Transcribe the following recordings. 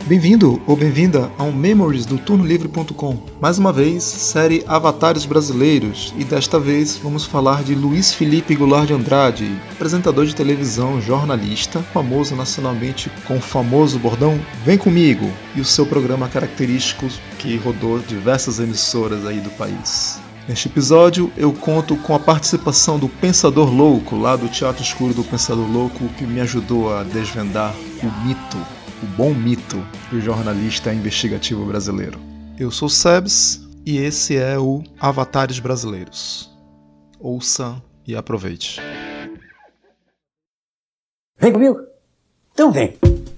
Bem-vindo ou bem-vinda ao Memories do turnolivre.com. Mais uma vez, série Avatares Brasileiros, e desta vez vamos falar de Luiz Felipe Goulart de Andrade, apresentador de televisão, jornalista, famoso nacionalmente com o famoso bordão "Vem comigo", e o seu programa característico que rodou diversas emissoras aí do país. Neste episódio eu conto com a participação do Pensador Louco, lá do Teatro Escuro do Pensador Louco, que me ajudou a desvendar o mito, o bom mito do jornalista investigativo brasileiro. Eu sou Sebs e esse é o Avatares Brasileiros. Ouça e aproveite. Vem comigo? Então vem.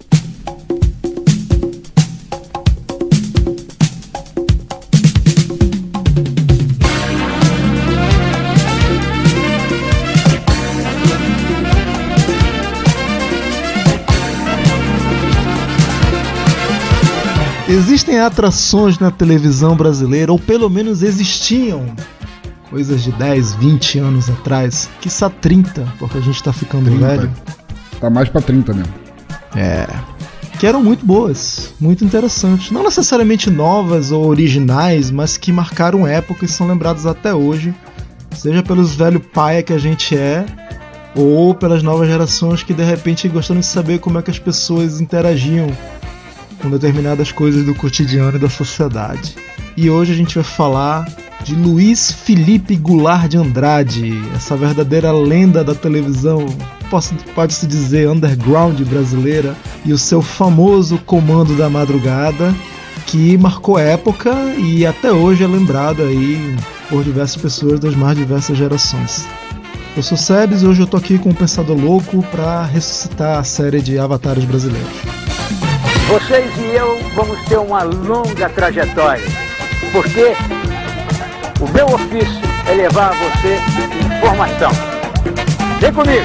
Existem atrações na televisão brasileira, ou pelo menos existiam, coisas de 10, 20 anos atrás, quiçá 30, porque a gente tá ficando 30. velho. Tá mais pra 30 mesmo. Que eram muito boas, muito interessantes. Não necessariamente novas ou originais, mas que marcaram época e são lembradas até hoje, seja pelos velho paia que a gente é, ou pelas novas gerações que de repente gostam de saber como é que as pessoas interagiam com determinadas coisas do cotidiano e da sociedade. E hoje a gente vai falar de Luiz Felipe Goulart de Andrade, essa verdadeira lenda da televisão, pode-se dizer underground brasileira, e o seu famoso Comando da Madrugada, que marcou época e até hoje é lembrado aí por diversas pessoas das mais diversas gerações. Eu sou Sebs e hoje eu tô aqui com o Pensador Louco para ressuscitar a série de Avatares Brasileiros. Vocês e eu vamos ter uma longa trajetória, porque o meu ofício é levar a você informação. Vem comigo!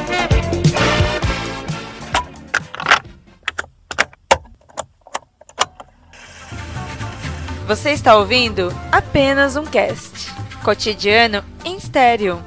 Você está ouvindo apenas um cast, cotidiano em estéreo.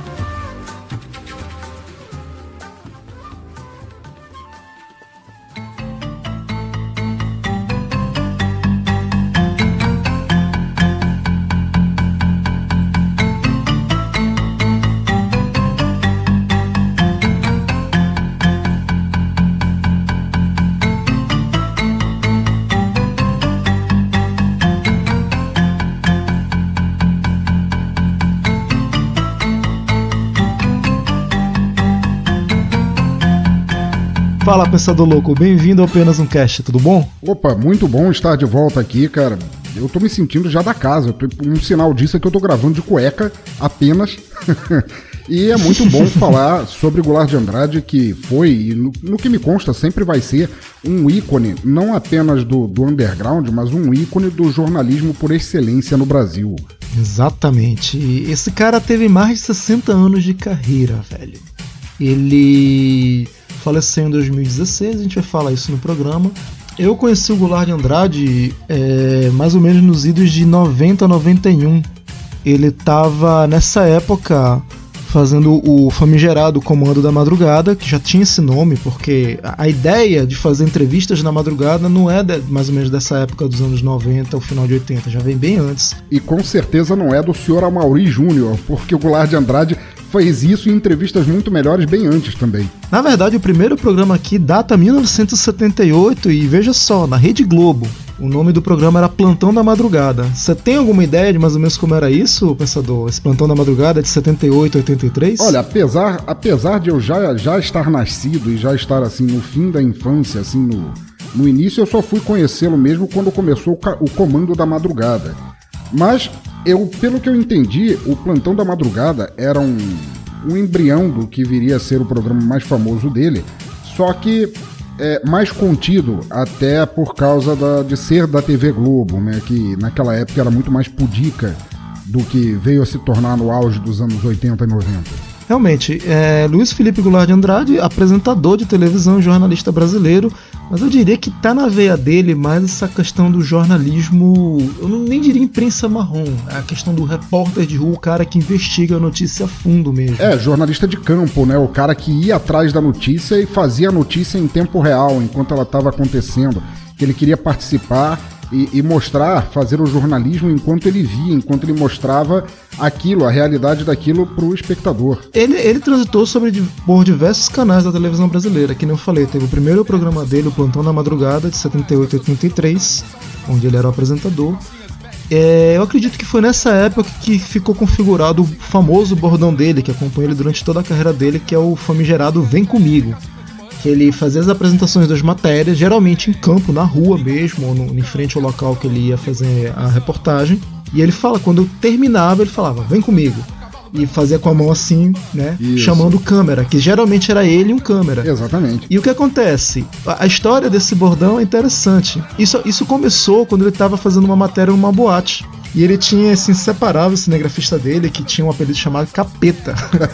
Fala, Pensador Louco, bem-vindo ao Apenas um Cast, tudo bom? Opa, muito bom estar de volta aqui, cara. Eu tô me sentindo já da casa. Um sinal disso é que eu tô gravando de cueca apenas. E é muito bom falar sobre Goulart de Andrade, que foi, e no que me consta, sempre vai ser um ícone, não apenas do underground, mas um ícone do jornalismo por excelência no Brasil. Exatamente. Esse cara teve mais de 60 anos de carreira, velho. Ele faleceu em 2016, a gente vai falar isso no programa. Eu conheci o Goulart de Andrade mais ou menos nos idos de 90 a 91. Ele estava nessa época fazendo o famigerado Comando da Madrugada, que já tinha esse nome, porque a ideia de fazer entrevistas na madrugada não é mais ou menos dessa época dos anos 90 ao final de 80, já vem bem antes. E com certeza não é do senhor Amaury Júnior, porque o Goulart de Andrade fez isso em entrevistas muito melhores bem antes também. Na verdade, o primeiro programa aqui data 1978 e veja só, na Rede Globo. O nome do programa era Plantão da Madrugada. Você tem alguma ideia de mais ou menos como era isso, Pensador? Esse Plantão da Madrugada de 78 a 83? Olha, apesar de eu já estar nascido e já estar assim no fim da infância, assim no início, eu só fui conhecê-lo mesmo quando começou o Comando da Madrugada. Mas pelo que eu entendi, o Plantão da Madrugada era um embrião do que viria a ser o programa mais famoso dele, só que mais contido, até por causa de ser da TV Globo, né, que naquela época era muito mais pudica do que veio a se tornar no auge dos anos 80 e 90. Realmente, Luiz Felipe Goulart de Andrade, apresentador de televisão e jornalista brasileiro, mas eu diria que tá na veia dele mais essa questão do jornalismo, eu nem diria imprensa marrom, é a questão do repórter de rua, o cara que investiga a notícia a fundo mesmo. Jornalista de campo, né, o cara que ia atrás da notícia e fazia a notícia em tempo real, enquanto ela estava acontecendo. que ele queria participar e mostrar, fazer o jornalismo enquanto ele via, enquanto ele mostrava aquilo, a realidade daquilo para o espectador. Ele transitou por diversos canais da televisão brasileira, que nem eu falei, teve o primeiro programa dele, o Plantão da Madrugada, de 78 a 83, onde ele era o apresentador. Eu acredito que foi nessa época que ficou configurado o famoso bordão dele, que acompanha ele durante toda a carreira dele, que é o famigerado Vem Comigo. Que ele fazia as apresentações das matérias, geralmente em campo, na rua mesmo, ou em frente ao local que ele ia fazer a reportagem. E ele fala, quando eu terminava, ele falava, vem comigo. E fazia com a mão assim, né, chamando o câmera, que geralmente era ele e um câmera. Exatamente. E o que acontece? A história desse bordão é interessante. Isso começou quando ele estava fazendo uma matéria numa boate. E ele tinha esse inseparável cinegrafista dele, que tinha um apelido chamado Capeta.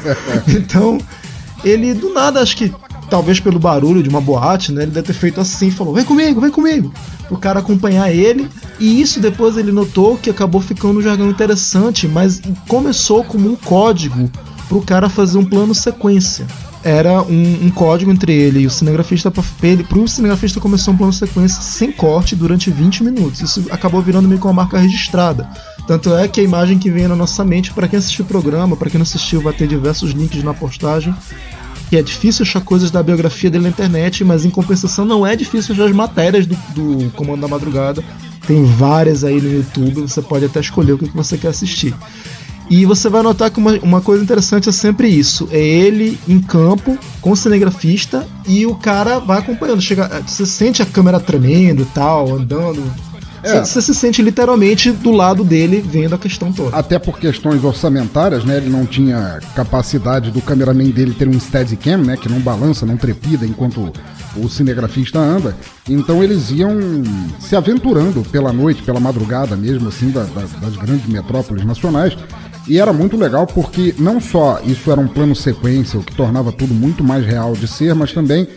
Então, ele do nada, acho que talvez pelo barulho de uma boate, né, ele deve ter feito assim, falou, vem comigo, o cara acompanhar ele, e isso depois ele notou que acabou ficando um jargão interessante, mas começou como um código pro cara fazer um plano sequência. Era um código entre ele e o cinegrafista, pro cinegrafista começar um plano sequência sem corte durante 20 minutos. Isso acabou virando meio que uma marca registrada. Tanto é que a imagem que vem na nossa mente, para quem assistiu o programa, para quem não assistiu, vai ter diversos links na postagem, que é difícil achar coisas da biografia dele na internet, mas em compensação não é difícil achar as matérias do Comando da Madrugada. Tem várias aí no YouTube, você pode até escolher o que você quer assistir. E você vai notar que uma coisa interessante é sempre isso, é ele em campo, com o cinegrafista, e o cara vai acompanhando. Você sente a câmera tremendo e tal, andando. Você se sente literalmente do lado dele, vendo a questão toda. Até por questões orçamentárias, né? Ele não tinha capacidade do cameraman dele ter um Steadicam, né? Que não balança, não trepida enquanto o cinegrafista anda. Então eles iam se aventurando pela noite, pela madrugada mesmo, assim, das grandes metrópoles nacionais. E era muito legal porque não só isso era um plano sequência, o que tornava tudo muito mais real de ser, mas também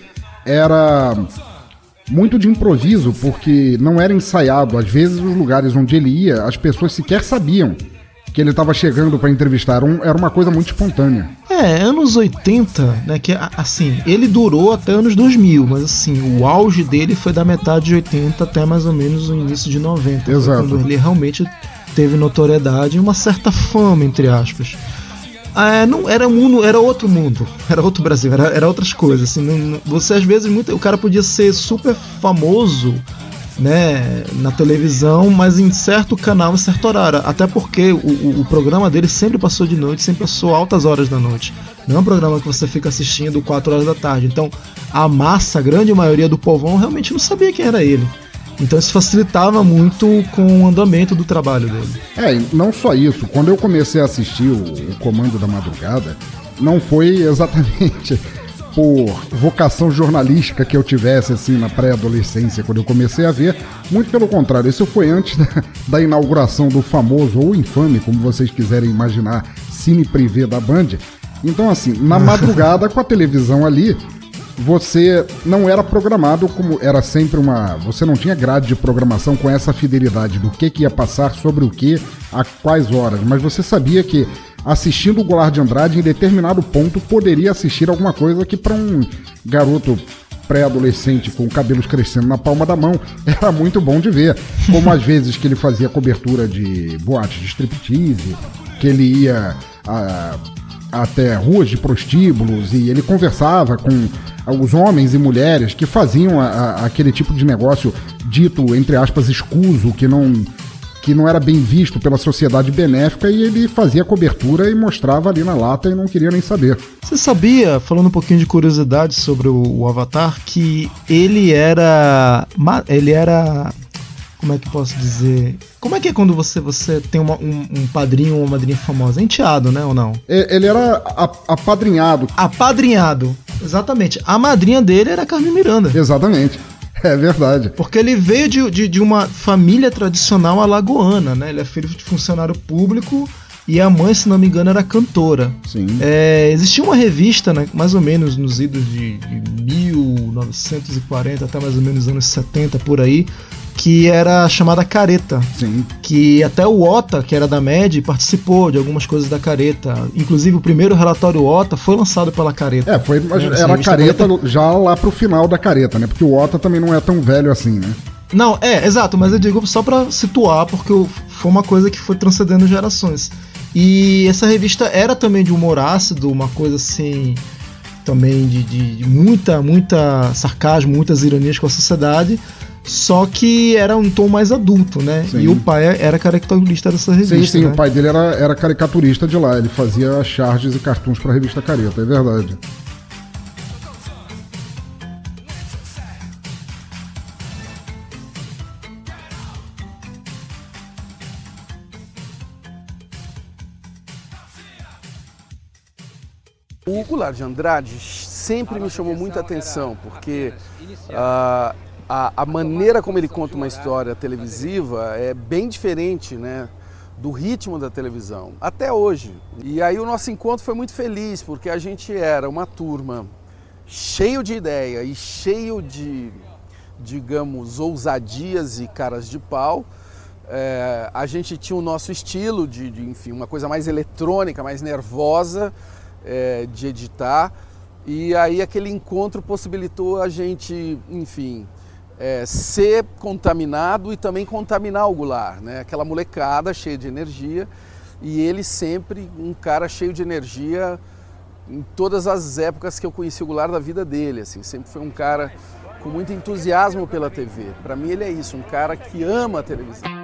era muito de improviso, porque não era ensaiado. Às vezes os lugares onde ele ia, as pessoas sequer sabiam que ele estava chegando para entrevistar. Era uma coisa muito espontânea. Anos 80, né, que assim, ele durou até anos 2000, mas assim, o auge dele foi da metade de 80 até mais ou menos o início de 90. Exato. Quando ele realmente teve notoriedade e uma certa fama, entre aspas. Não era era outro mundo, era outro Brasil, era outras coisas. Assim, você às vezes o cara podia ser super famoso, né, na televisão, mas em certo canal, em certo horário. Até porque o programa dele sempre passou de noite, sempre passou altas horas da noite. Não é um programa que você fica assistindo 4 horas da tarde. Então a massa, a grande maioria do povão realmente não sabia quem era ele. Então isso facilitava muito com o andamento do trabalho dele. Não só isso. Quando eu comecei a assistir o Comando da Madrugada, não foi exatamente por vocação jornalística que eu tivesse assim na pré-adolescência, quando eu comecei a ver. Muito pelo contrário, isso foi antes da inauguração do famoso ou infame, como vocês quiserem imaginar, Cine Privé da Band. Então assim, na madrugada com a televisão ali, você não era programado como era sempre você não tinha grade de programação com essa fidelidade do que ia passar, sobre o que, a quais horas, mas você sabia que assistindo o Goulart de Andrade em determinado ponto poderia assistir alguma coisa que para um garoto pré-adolescente com cabelos crescendo na palma da mão era muito bom de ver, como às vezes que ele fazia cobertura de boate de striptease, que ele ia até ruas de prostíbulos e ele conversava com os homens e mulheres que faziam aquele tipo de negócio dito, entre aspas, escuso, que não era bem visto pela sociedade benéfica, e ele fazia cobertura e mostrava ali na lata e não queria nem saber. Você sabia, falando um pouquinho de curiosidade sobre o Avatar, que ele era como é que posso dizer? Como é que é quando você tem um padrinho ou uma madrinha famosa? É enteado, né, ou não? Ele era apadrinhado. Apadrinhado, exatamente. A madrinha dele era a Carmen Miranda. Exatamente, é verdade. Porque ele veio de uma família tradicional alagoana, né? Ele é filho de funcionário público e a mãe, se não me engano, era cantora. Sim. Existia uma revista, né, mais ou menos nos idos de 1940 até mais ou menos anos 70, por aí, que era chamada Careta. Sim. Que até o OTA, que era da MED, participou de algumas coisas da Careta. Inclusive o primeiro relatório OTA foi lançado pela Careta. Era a Careta já lá pro final da Careta, né? Porque o OTA também não é tão velho assim, né? Não, exato, mas eu digo só pra situar, porque foi uma coisa que foi transcendendo gerações. E essa revista era também de humor ácido, uma coisa assim, também de muita sarcasmo, muitas ironias com a sociedade, só que era um tom mais adulto, né? Sim. E o pai era caricaturista dessa revista. Sim, né? O pai dele era caricaturista de lá, ele fazia charges e cartoons pra revista Careta, é verdade. O Goulart de Andrade sempre me chamou muita atenção, porque a maneira como ele conta uma história televisiva é bem diferente, né, do ritmo da televisão, até hoje. E aí o nosso encontro foi muito feliz, porque a gente era uma turma cheio de ideia e cheio de, digamos, ousadias e caras de pau. A gente tinha o nosso estilo enfim, uma coisa mais eletrônica, mais nervosa, de editar, e aí aquele encontro possibilitou a gente, enfim, ser contaminado e também contaminar o Goulart, né? Aquela molecada cheia de energia, e ele sempre um cara cheio de energia em todas as épocas que eu conheci o Goulart da vida dele, assim, sempre foi um cara com muito entusiasmo pela TV. Para mim ele é isso, um cara que ama a televisão.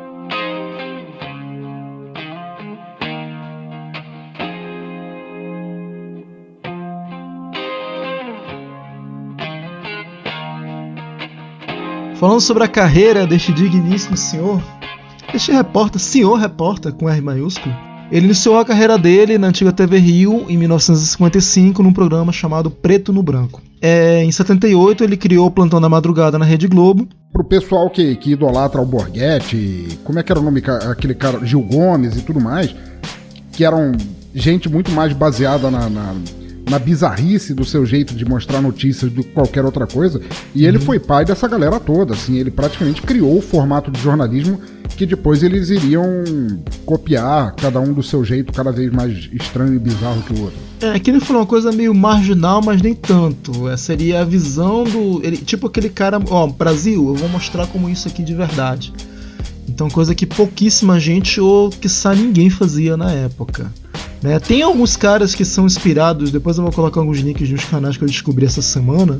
Falando sobre a carreira deste digníssimo senhor repórter com R maiúsculo, ele iniciou a carreira dele na antiga TV Rio em 1955 num programa chamado Preto no Branco. Em 78 ele criou o Plantão da Madrugada na Rede Globo. Pro pessoal que idolatra o Borghetti, como é que era o nome, aquele cara, Gil Gomes e tudo mais, que eram gente muito mais baseada na bizarrice do seu jeito de mostrar notícias do que qualquer outra coisa, e ele foi pai dessa galera toda, assim, ele praticamente criou o formato de jornalismo que depois eles iriam copiar, cada um do seu jeito, cada vez mais estranho e bizarro que o outro. Aquilo foi uma coisa meio marginal, mas nem tanto. Seria a visão tipo aquele cara, Brasil, eu vou mostrar como isso aqui de verdade. Então, coisa que pouquíssima gente ou quiçá ninguém fazia na época. Né? Tem alguns caras que são inspirados, depois eu vou colocar alguns links de uns canais que eu descobri essa semana,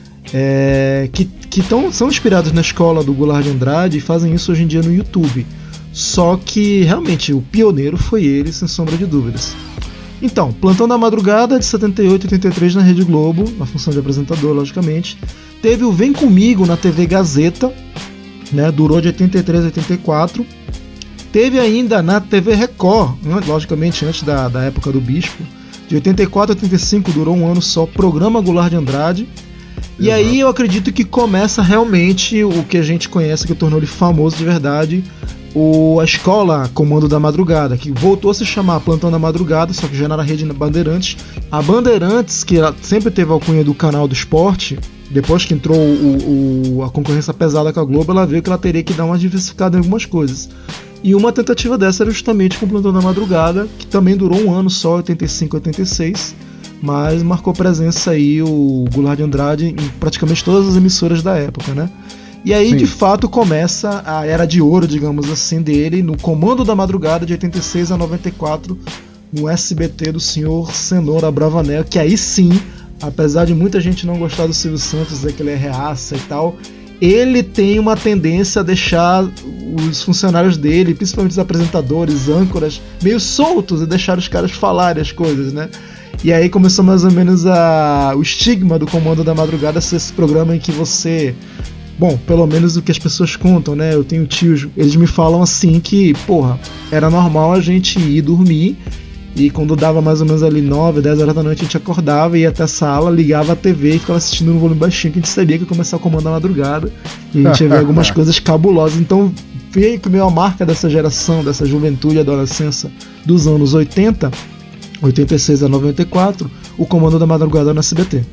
que são inspirados na escola do Goulart de Andrade e fazem isso hoje em dia no YouTube. Só que realmente o pioneiro foi ele, sem sombra de dúvidas. Então, Plantão da Madrugada de 78 e 83 na Rede Globo, na função de apresentador, logicamente. Teve o Vem Comigo na TV Gazeta, né? Durou de 83 a 84. Teve ainda na TV Record, logicamente antes da época do Bispo, de 84 a 85, durou um ano só, Programa Goulart de Andrade. E Exato. Aí eu acredito que começa realmente o que a gente conhece, que tornou ele famoso de verdade, a escola Comando da Madrugada, que voltou a se chamar Plantão da Madrugada, só que já era na rede Bandeirantes. A Bandeirantes, que sempre teve a alcunha do canal do esporte, depois que entrou a concorrência pesada com a Globo, ela viu que ela teria que dar uma diversificada em algumas coisas. E uma tentativa dessa era justamente com o Plantão da Madrugada, que também durou um ano só, 85 e 86, mas marcou presença aí o Goulart de Andrade em praticamente todas as emissoras da época, né? E aí, Sim. de fato, começa a era de ouro, digamos assim, dele, no Comando da Madrugada, de 86 a 94, no SBT do senhor Cenoura Bravanel, que aí sim, apesar de muita gente não gostar do Silvio Santos, dizer que ele é reaça e tal, ele tem uma tendência a deixar os funcionários dele, principalmente os apresentadores, âncoras, meio soltos e deixar os caras falarem as coisas, né? E aí começou mais ou menos o estigma do Comando da Madrugada ser esse programa em que você... Bom, pelo menos o que as pessoas contam, né? Eu tenho tios, eles me falam assim que, era normal a gente ir dormir e quando dava mais ou menos ali 9, 10 horas da noite a gente acordava, ia até a sala, ligava a TV e ficava assistindo no volume baixinho, que a gente sabia que ia começar o Comando da Madrugada e a gente ia ver algumas coisas cabulosas. Então veio que meio a marca dessa geração, dessa juventude e adolescência dos anos 80, 86 a 94, o Comando da Madrugada no SBT.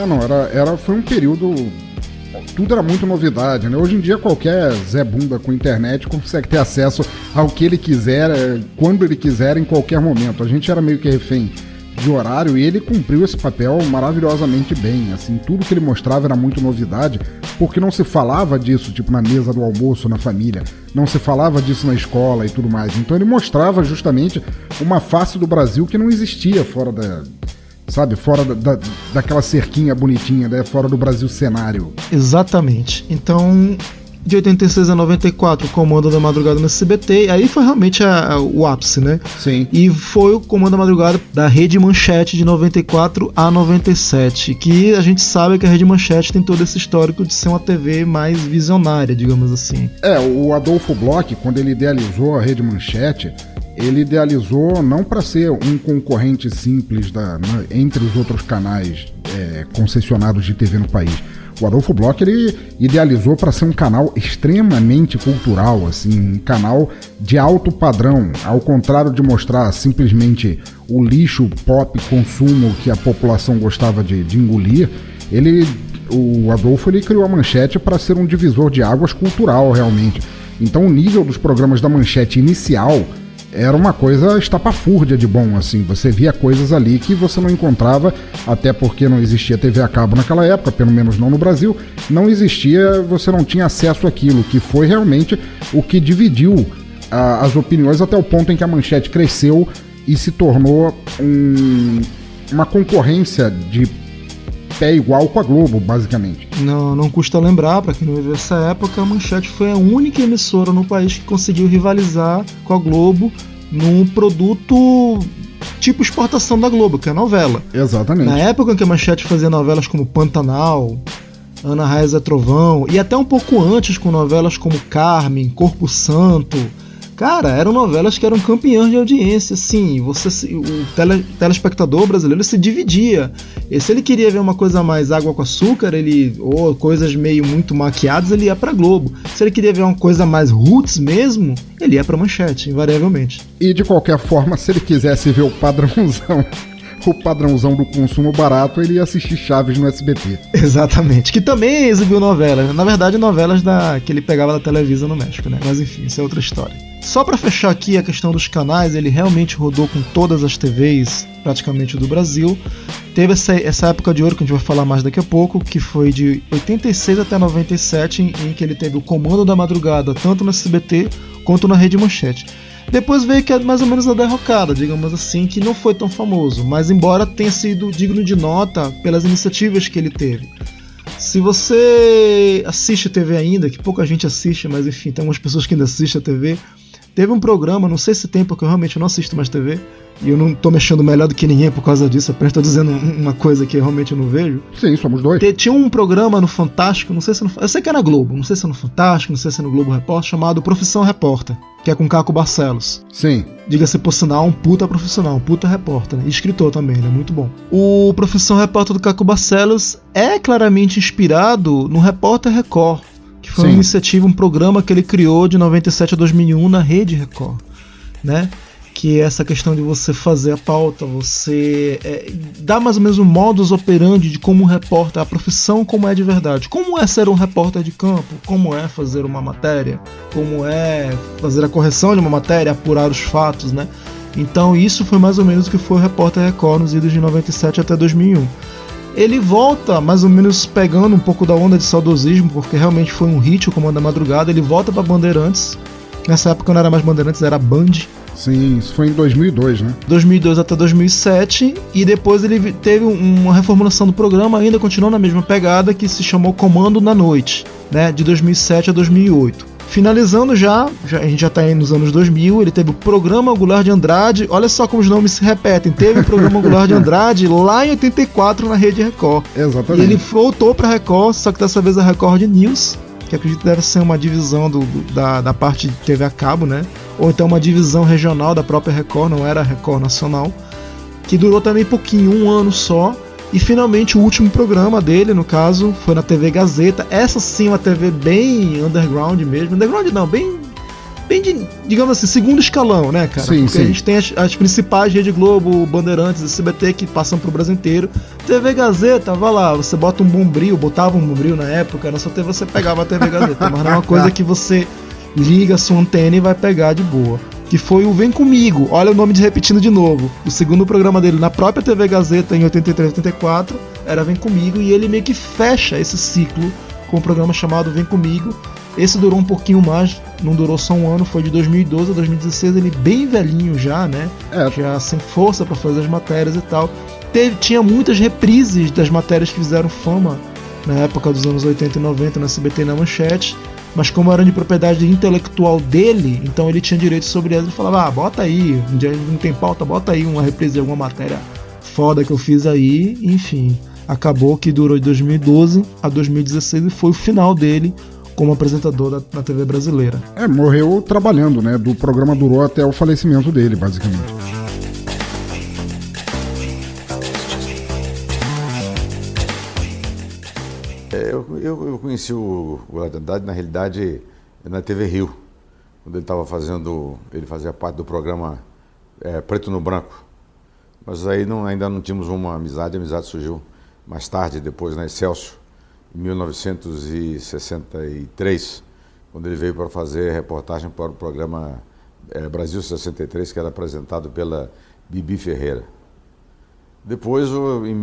Foi um período... Tudo era muito novidade, né? Hoje em dia qualquer Zé Bunda com internet consegue ter acesso ao que ele quiser, quando ele quiser, em qualquer momento. A gente era meio que refém de horário e ele cumpriu esse papel maravilhosamente bem. Assim, tudo que ele mostrava era muito novidade. porque não se falava disso, tipo, na mesa do almoço, na família, não se falava disso na escola e tudo mais. Então ele mostrava justamente uma face do Brasil que não existia fora daquela cerquinha bonitinha, né? Fora do Brasil cenário. Exatamente. Então, de 86 a 94, o Comando da Madrugada no SBT, aí foi realmente o ápice, né? Sim. E foi o Comando da Madrugada da Rede Manchete de 94 a 97, que a gente sabe que a Rede Manchete tem todo esse histórico de ser uma TV mais visionária, digamos assim. O Adolfo Bloch, quando ele idealizou a Rede Manchete, ele idealizou não para ser um concorrente simples entre os outros canais concessionados de TV no país. O Adolfo Bloch, ele idealizou para ser um canal extremamente cultural, assim, um canal de alto padrão, ao contrário de mostrar simplesmente o lixo pop consumo que a população gostava de engolir. O Adolfo, ele criou a Manchete para ser um divisor de águas cultural, realmente. Então o nível dos programas da Manchete inicial era uma coisa estapafúrdia de bom, assim. Você via coisas ali que você não encontrava, até porque não existia TV a cabo naquela época, pelo menos não no Brasil. Não existia, você não tinha acesso àquilo, que foi realmente o que dividiu as opiniões até o ponto em que a Manchete cresceu e se tornou uma concorrência de pé igual com a Globo, basicamente. Não custa lembrar, para quem não viveu essa época, a Manchete foi a única emissora no país que conseguiu rivalizar com a Globo num produto tipo exportação da Globo, que é a novela. Exatamente. Na época em que a Manchete fazia novelas como Pantanal, Ana Raiz é Trovão, e até um pouco antes com novelas como Carmen, Corpo Santo. Cara, eram novelas que eram campeãs de audiência, assim, o telespectador brasileiro se dividia. E se ele queria ver uma coisa mais água com açúcar, ou coisas meio muito maquiadas, ele ia pra Globo. Se ele queria ver uma coisa mais roots mesmo, ele ia pra Manchete, invariavelmente. E de qualquer forma, se ele quisesse ver o padrãozão do consumo barato, ele ia assistir Chaves no SBT. Exatamente, que também exibiu novelas. Na verdade, novelas que ele pegava da Televisa no México, né? Mas enfim, isso é outra história. Só para fechar aqui a questão dos canais, ele realmente rodou com todas as TVs praticamente do Brasil. Teve essa época de ouro que a gente vai falar mais daqui a pouco, que foi de 86 até 97, em que ele teve o Comando da Madrugada tanto no SBT quanto na Rede Manchete. Depois veio que é mais ou menos a derrocada, digamos assim, que não foi tão famoso, mas embora tenha sido digno de nota pelas iniciativas que ele teve. Se você assiste TV ainda, que pouca gente assiste, mas enfim, tem algumas pessoas que ainda assistem a TV, teve um programa, não sei se tem, porque eu realmente não assisto mais TV, e eu não tô mexendo melhor do que ninguém por causa disso, apenas tô dizendo uma coisa que eu realmente não vejo. Sim, somos dois. Tinha um programa no Fantástico, não sei se eu sei que é na Globo, não sei se é no Fantástico, não sei se é no Globo Repórter, chamado Profissão Repórter, que é com Caco Barcelos. Sim. Diga-se por sinal, um puta profissional, um puta repórter, né? E escritor também, ele é muito bom. O Profissão Repórter do Caco Barcelos é claramente inspirado no Repórter Record, que foi uma iniciativa, um programa que ele criou de 97 a 2001 na Rede Record, né? Que é essa questão de você fazer a pauta, você dar mais ou menos um modus operandi de como um repórter, a profissão como é de verdade, como é ser um repórter de campo, como é fazer uma matéria, como é fazer a correção de uma matéria, apurar os fatos, né? Então isso foi mais ou menos o que foi o Repórter Record nos idos de 97 até 2001. Ele volta mais ou menos pegando um pouco da onda de saudosismo, porque realmente foi um hit o Comando da Madrugada. Ele volta para Bandeirantes. Nessa época não era mais Bandeirantes, era Band. Sim, isso foi em 2002, né? 2002 até 2007. E depois ele teve uma reformulação do programa, ainda continuou na mesma pegada, que se chamou Comando na Noite, né? De 2007 a 2008. Finalizando a gente já está aí nos anos 2000, ele teve o Programa Goulart de Andrade, olha só como os nomes se repetem, teve o Programa Goulart de Andrade lá em 84 na Rede Record. Exatamente. E ele voltou para a Record, só que dessa vez a Record News, que acredito que deve ser uma divisão da parte de TV a cabo, né? Ou então uma divisão regional da própria Record, não era a Record Nacional, que durou também pouquinho, um ano só. E finalmente o último programa dele, no caso, foi na TV Gazeta. Essa sim, uma TV bem underground mesmo. Underground não, bem de, digamos assim, segundo escalão, né, cara? Sim, porque sim. A gente tem as principais, Rede Globo, Bandeirantes, SBT, que passam pro Brasil inteiro. TV Gazeta, vai lá, você bota um bombril, botava um bombril na época, na sua TV você pegava a TV Gazeta, mas não é uma coisa que você liga a sua antena e vai pegar de boa. Que foi o Vem Comigo, olha o nome repetindo de novo. O segundo programa dele na própria TV Gazeta em 83, 84 era Vem Comigo, e ele meio que fecha esse ciclo com um programa chamado Vem Comigo. Esse durou um pouquinho mais, não durou só um ano, foi de 2012 a 2016, ele bem velhinho já, né? Já sem força para fazer as matérias e tal. Tinha muitas reprises das matérias que fizeram fama na época dos anos 80 e 90 na SBT e na Manchete, mas como era de propriedade intelectual dele, então ele tinha direito sobre elas. Ele falava, bota aí, um dia não tem pauta, bota aí uma reprise de alguma matéria foda que eu fiz aí. Enfim, acabou que durou de 2012 a 2016 e foi o final dele como apresentador na TV brasileira. Morreu trabalhando, né? Do programa durou até o falecimento dele, basicamente. Eu conheci o Goulart de Andrade, na realidade, na TV Rio, quando ele fazia parte do programa Preto no Branco. Mas aí ainda não tínhamos uma amizade, a amizade surgiu mais tarde, depois na Excelsior, em 1963, quando ele veio para fazer reportagem para o programa Brasil 63, que era apresentado pela Bibi Ferreira. Depois, em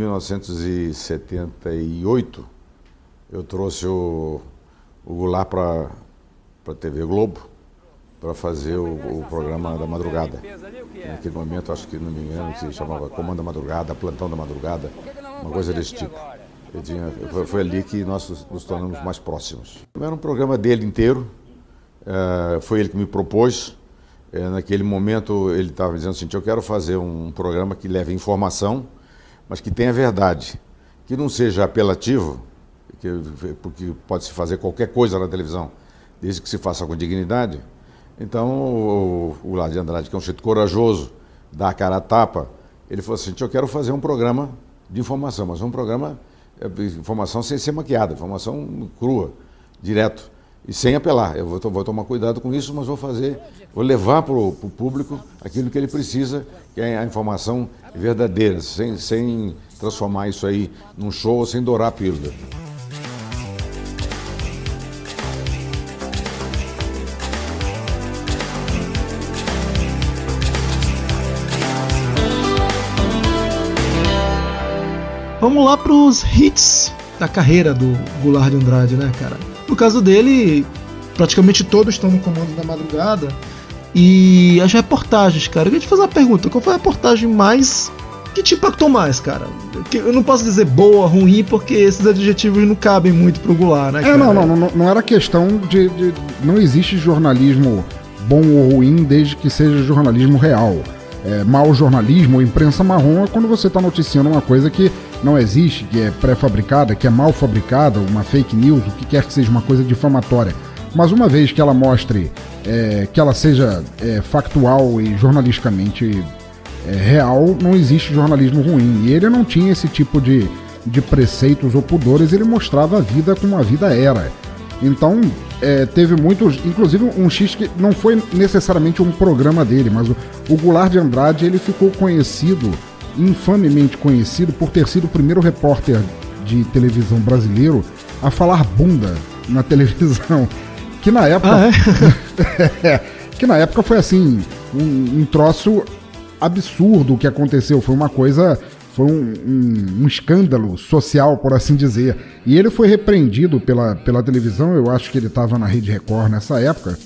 1978, eu trouxe o Goulart para a TV Globo para fazer o programa da madrugada. Naquele momento, acho que não me engano, se chamava Comando da Madrugada, Plantão da Madrugada, uma coisa desse tipo. Foi ali que nós nos tornamos mais próximos. Era um programa dele inteiro, foi ele que me propôs. Naquele momento ele estava dizendo assim, eu quero fazer um programa que leve informação, mas que tenha verdade, que não seja apelativo, porque pode-se fazer qualquer coisa na televisão, desde que se faça com dignidade. Então o Goulart de Andrade, que é um jeito corajoso, dá a cara a tapa, ele falou assim, eu quero fazer um programa de informação, mas um programa de informação sem ser maquiada, informação crua, direto, e sem apelar. Eu vou tomar cuidado com isso, mas vou levar para o público aquilo que ele precisa, que é a informação verdadeira, sem transformar isso aí num show, sem dourar a pílula. Vamos lá pros hits da carreira do Goulart de Andrade, né, cara? No caso dele, praticamente todos estão no Comando da Madrugada. E as reportagens, cara, eu queria te fazer uma pergunta. Qual foi a reportagem que te impactou mais, cara? Eu não posso dizer boa, ruim, porque esses adjetivos não cabem muito pro Goulart, né, cara? Não era questão de... Não existe jornalismo bom ou ruim desde que seja jornalismo real. Mau jornalismo ou imprensa marrom é quando você está noticiando uma coisa que não existe, que é pré-fabricada, que é mal fabricada, uma fake news, o que quer que seja, uma coisa difamatória. Mas uma vez que ela mostre, que ela seja factual e jornalisticamente real, não existe jornalismo ruim. E ele não tinha esse tipo de preceitos ou pudores, ele mostrava a vida como a vida era. Então, teve muitos, inclusive um X que não foi necessariamente um programa dele, mas o Goulart de Andrade, ele ficou conhecido, infamemente conhecido, por ter sido o primeiro repórter de televisão brasileiro a falar bunda na televisão. Que na época... que na época foi assim, um troço absurdo o que aconteceu. Foi uma coisa... Foi um escândalo social, por assim dizer. E ele foi repreendido pela televisão, eu acho que ele estava na Rede Record nessa época,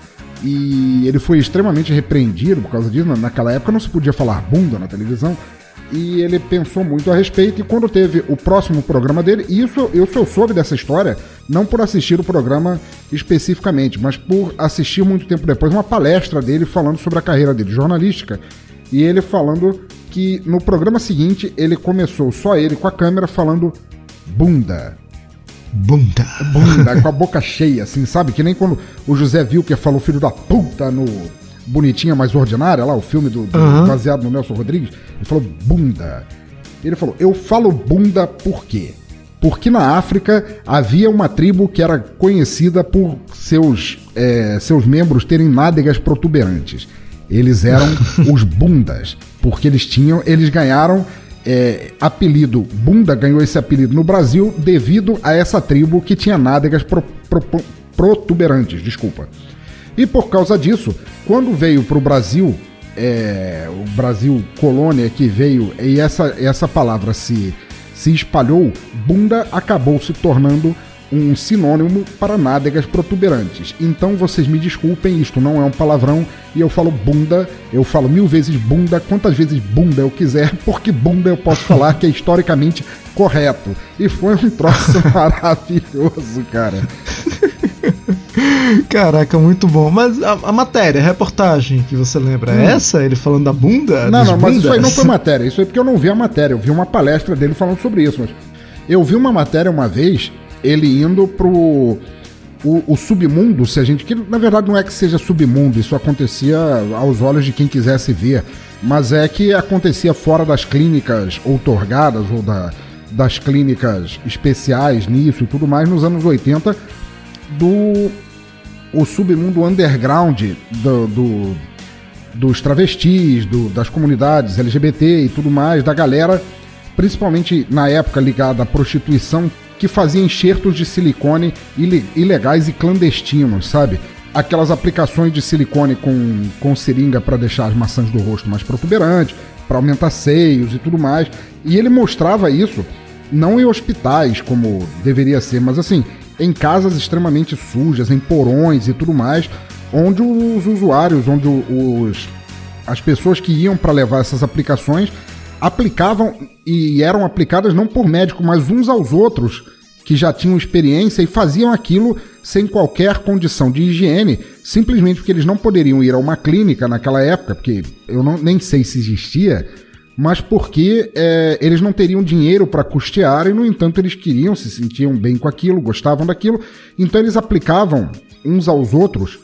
e ele foi extremamente repreendido por causa disso. Naquela época não se podia falar bunda na televisão, e ele pensou muito a respeito, e quando teve o próximo programa dele, e isso eu soube dessa história, não por assistir o programa especificamente, mas por assistir muito tempo depois uma palestra dele falando sobre a carreira dele jornalística, e ele falando que no programa seguinte ele começou, só ele com a câmera, falando bunda. Bunda, com a boca cheia, assim, sabe? Que nem quando o José Wilker falou filho da puta no Bonitinha Mais Ordinária, lá o filme baseado no Nelson Rodrigues, ele falou bunda. Ele falou, eu falo bunda por quê? Porque na África havia uma tribo que era conhecida por seus membros terem nádegas protuberantes. Eles eram os bundas, porque eles ganharam apelido. Bunda ganhou esse apelido no Brasil devido a essa tribo que tinha nádegas protuberantes, desculpa. E por causa disso, quando veio para o Brasil colônia que veio, e essa palavra se espalhou, bunda acabou se tornando um sinônimo para nádegas protuberantes. Então vocês me desculpem, isto não é um palavrão, e eu falo bunda, eu falo 1000 vezes bunda, quantas vezes bunda eu quiser, porque bunda eu posso falar que é historicamente correto. E foi um troço maravilhoso, cara. Caraca, muito bom. Mas a matéria, a reportagem que você lembra, é essa? Ele falando da bunda? Não, mas isso aí não foi matéria. Isso aí porque eu não vi a matéria. Eu vi uma palestra dele falando sobre isso. Mas eu vi uma matéria uma vez, ele indo pro o submundo, se a gente... Que na verdade não é que seja submundo, isso acontecia aos olhos de quem quisesse ver. Mas é que acontecia fora das clínicas outorgadas ou das clínicas especiais nisso e tudo mais nos anos 80, o submundo underground dos travestis, das comunidades LGBT e tudo mais, da galera, principalmente na época ligada à prostituição, que fazia enxertos de silicone ilegais e clandestinos, sabe? Aquelas aplicações de silicone com seringa para deixar as maçãs do rosto mais protuberantes, para aumentar seios e tudo mais. E ele mostrava isso não em hospitais, como deveria ser, mas assim, em casas extremamente sujas, em porões e tudo mais, onde os usuários, onde as pessoas que iam para levar essas aplicações aplicavam e eram aplicadas não por médico, mas uns aos outros que já tinham experiência e faziam aquilo sem qualquer condição de higiene, simplesmente porque eles não poderiam ir a uma clínica naquela época, porque eu nem sei se existia, mas porque eles não teriam dinheiro para custear e, no entanto, eles queriam, se sentiam bem com aquilo, gostavam daquilo, então eles aplicavam uns aos outros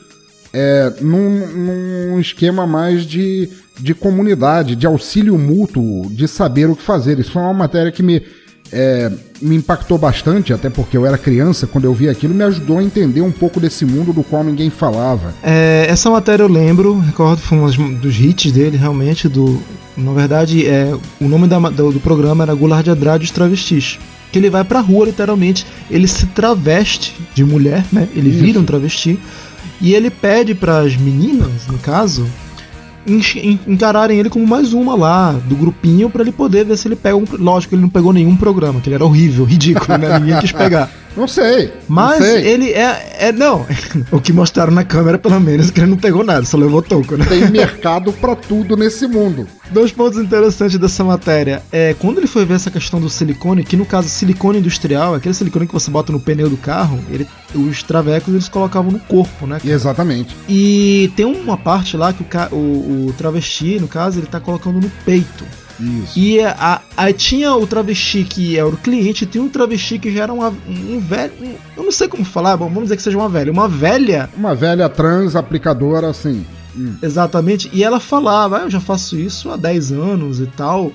num esquema mais de comunidade, de auxílio mútuo, de saber o que fazer. Isso foi uma matéria que me impactou bastante, até porque eu era criança, quando eu vi aquilo, me ajudou a entender um pouco desse mundo do qual ninguém falava. Essa matéria eu lembro, recordo, foi um dos hits dele, realmente, na verdade, o nome do programa era Goulart de Andrade e os Travestis, que ele vai pra rua, literalmente, ele se traveste de mulher, né, ele vira um travesti, e ele pede pras meninas, no caso, encararem ele como mais uma lá do grupinho pra ele poder ver se ele pega lógico que ele não pegou nenhum programa, que ele era horrível, ridículo, né? Ninguém quis pegar. Não sei. Mas ele não, o que mostraram na câmera pelo menos é que ele não pegou nada, só levou toco, né? Tem mercado pra tudo nesse mundo. 2 pontos interessantes dessa matéria. Quando ele foi ver essa questão do silicone, que no caso silicone industrial, aquele silicone que você bota no pneu do carro, os travecos eles colocavam no corpo, né? Exatamente. E tem uma parte lá que o travesti, no caso, ele tá colocando no peito. Isso. E aí tinha o travesti que era o cliente, e tinha um travesti que já era um velho, eu não sei como falar, bom, vamos dizer que seja uma velha. Uma velha trans aplicadora, assim. Exatamente, e ela falava, eu já faço isso há 10 anos e tal,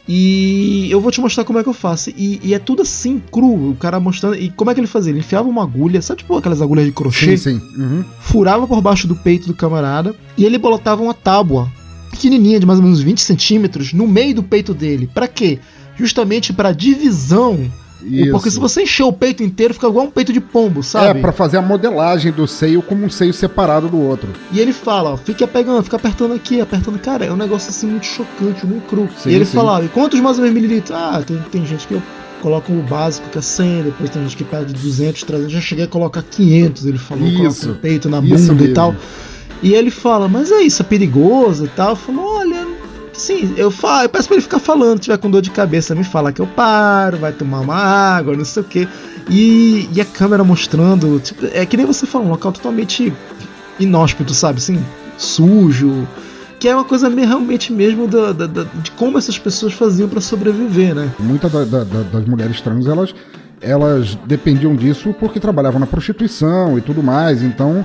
e eu vou te mostrar como é que eu faço. E é tudo assim, cru, o cara mostrando. E como é que ele fazia? Ele enfiava uma agulha, sabe tipo aquelas agulhas de crochê? Sim. Uhum. Furava por baixo do peito do camarada, e ele botava uma tábua pequenininha, de mais ou menos 20 centímetros, no meio do peito dele. Pra quê? Justamente pra divisão. Isso. Porque se você encher o peito inteiro, fica igual um peito de pombo, sabe? Pra fazer a modelagem do seio como um seio separado do outro. E ele fala, ó, fica pegando, fica apertando aqui, apertando. Cara, é um negócio assim muito chocante, muito cru. Sim, e ele falava, e quantos mais ou menos mililitros? Tem gente que coloca o básico, que é 100, depois tem gente que pede 200, 300, já cheguei a colocar 500, ele falou, coloca no peito, na bunda e tal. E ele fala, mas é isso, é perigoso e tal. Eu falo, olha, sim, eu peço pra ele ficar falando, se tiver com dor de cabeça, me fala que eu paro, vai tomar uma água, não sei o quê. E a câmera mostrando, tipo, é que nem você falou, um local totalmente inóspito, sabe, assim, sujo, que é uma coisa realmente mesmo de como essas pessoas faziam pra sobreviver, né? Muitas das mulheres trans, elas dependiam disso porque trabalhavam na prostituição e tudo mais, então...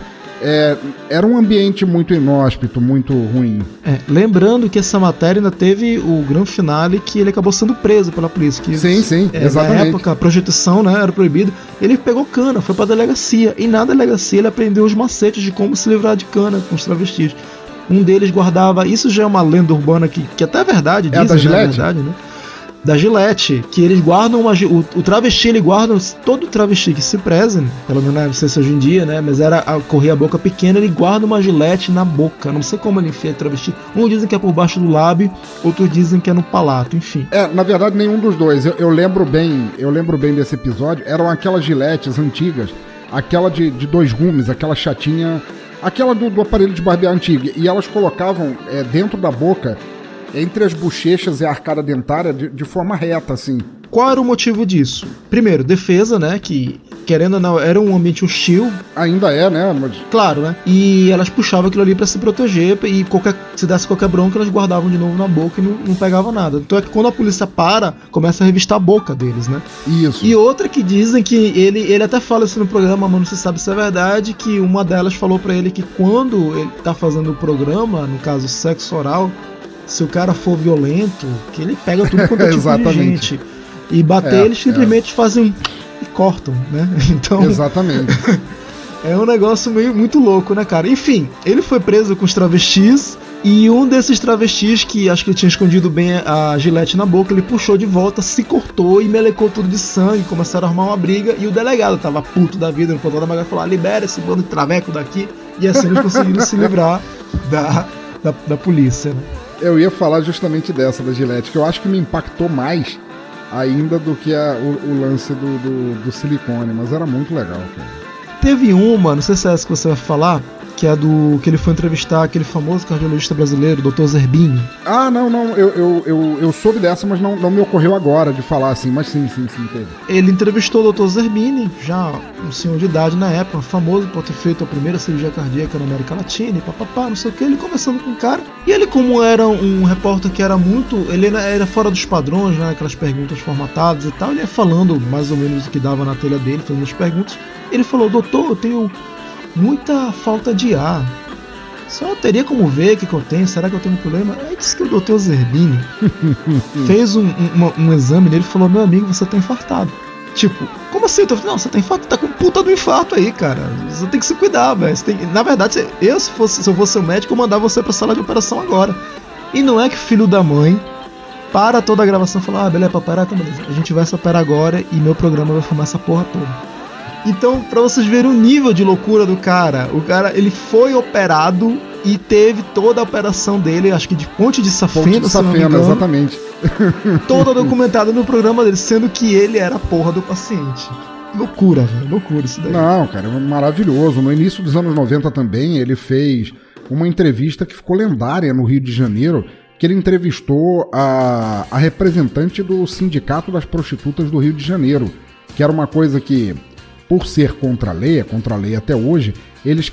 era um ambiente muito inóspito, muito ruim. Lembrando que essa matéria ainda teve o grande finale que ele acabou sendo preso pela polícia. Que, sim, exatamente. Na época a prostituição, né, era proibida. Ele pegou cana, foi pra delegacia. E na delegacia ele aprendeu os macetes de como se livrar de cana com os travestis. Um deles guardava... Isso já é uma lenda urbana que até é verdade. É a da Gillette? Verdade, né? da Gillette, que eles guardam o travesti, ele guarda, todo travesti que se preze, pelo menos não sei se hoje em dia, né, mas corria a boca pequena, ele guarda uma Gillette na boca, não sei como ele enfia travesti, uns dizem que é por baixo do lábio, outros dizem que é no palato, enfim. Na verdade nenhum dos dois, eu lembro bem desse episódio, eram aquelas Gillettes antigas, aquela de 2 gumes, aquela chatinha, aquela do aparelho de barbear antigo, e elas colocavam dentro da boca, entre as bochechas e a arcada dentária, de forma reta, assim. Qual era o motivo disso? Primeiro, defesa, né, que querendo ou não, era um ambiente hostil. Ainda é, né? Mas... Claro, né? E elas puxavam aquilo ali pra se proteger, e se desse qualquer bronca, elas guardavam de novo na boca e não pegava nada. Então é que quando a polícia para, começa a revistar a boca deles, né? Isso. E outra que dizem que ele até fala isso no programa, mas não se sabe se é verdade, que uma delas falou pra ele que quando ele tá fazendo o programa, no caso sexo oral, se o cara for violento, que ele pega tudo quanto é tipo de gente. E bater, eles simplesmente fazem e cortam, né? Então, exatamente. É um negócio muito louco, né, cara? Enfim, ele foi preso com os travestis, e um desses travestis, que acho que ele tinha escondido bem a Gillette na boca, ele puxou de volta, se cortou e melecou tudo de sangue, começaram a arrumar uma briga, e o delegado tava puto da vida, no controle da Maga, falou: libera esse bando de traveco daqui, e assim eles conseguiram se livrar da polícia, né? Eu ia falar justamente dessa, da Gillette, que eu acho que me impactou mais ainda do que o lance do silicone, mas era muito legal, cara. Teve uma, não sei se é essa que você vai falar, que é do que ele foi entrevistar aquele famoso cardiologista brasileiro, Dr. Zerbini. Ah, não, eu soube dessa, mas não me ocorreu agora de falar assim, mas sim, teve. Ele entrevistou o Dr. Zerbini, já um senhor de idade na época, famoso por ter feito a primeira cirurgia cardíaca na América Latina, e papapá, não sei o que, ele conversando com o cara, e ele, como era um repórter que era muito, ele era fora dos padrões, né, aquelas perguntas formatadas e tal, ele ia falando mais ou menos o que dava na telha dele, fazendo as perguntas, ele falou: doutor, eu tenho muita falta de ar. Só teria como ver o que eu tenho? Será que eu tenho um problema? Aí disse que o Dr. Zerbini fez um exame nele e falou: meu amigo, você tá infartado. Tipo, como assim? Não, você tá infartado, tá com puta do infarto aí, cara. Você tem que se cuidar, velho. Na verdade, se eu fosse seu médico, eu mandava você pra sala de operação agora. E não é que filho da mãe para toda a gravação e fala: ah, beleza, pra operar? Então beleza, a gente vai se operar agora e meu programa vai filmar essa porra toda. Então, pra vocês verem o nível de loucura do cara, o cara, ele foi operado e teve toda a operação dele, acho que de Ponte de Safena, Ponte de Safena, exatamente. Toda documentada no programa dele, sendo que ele era a porra do paciente. Loucura, velho, loucura isso daí. Não, cara, é maravilhoso. No início dos anos 90 também, ele fez uma entrevista que ficou lendária no Rio de Janeiro, que ele entrevistou a representante do Sindicato das Prostitutas do Rio de Janeiro, que era uma coisa que, por ser contra a lei até hoje, eles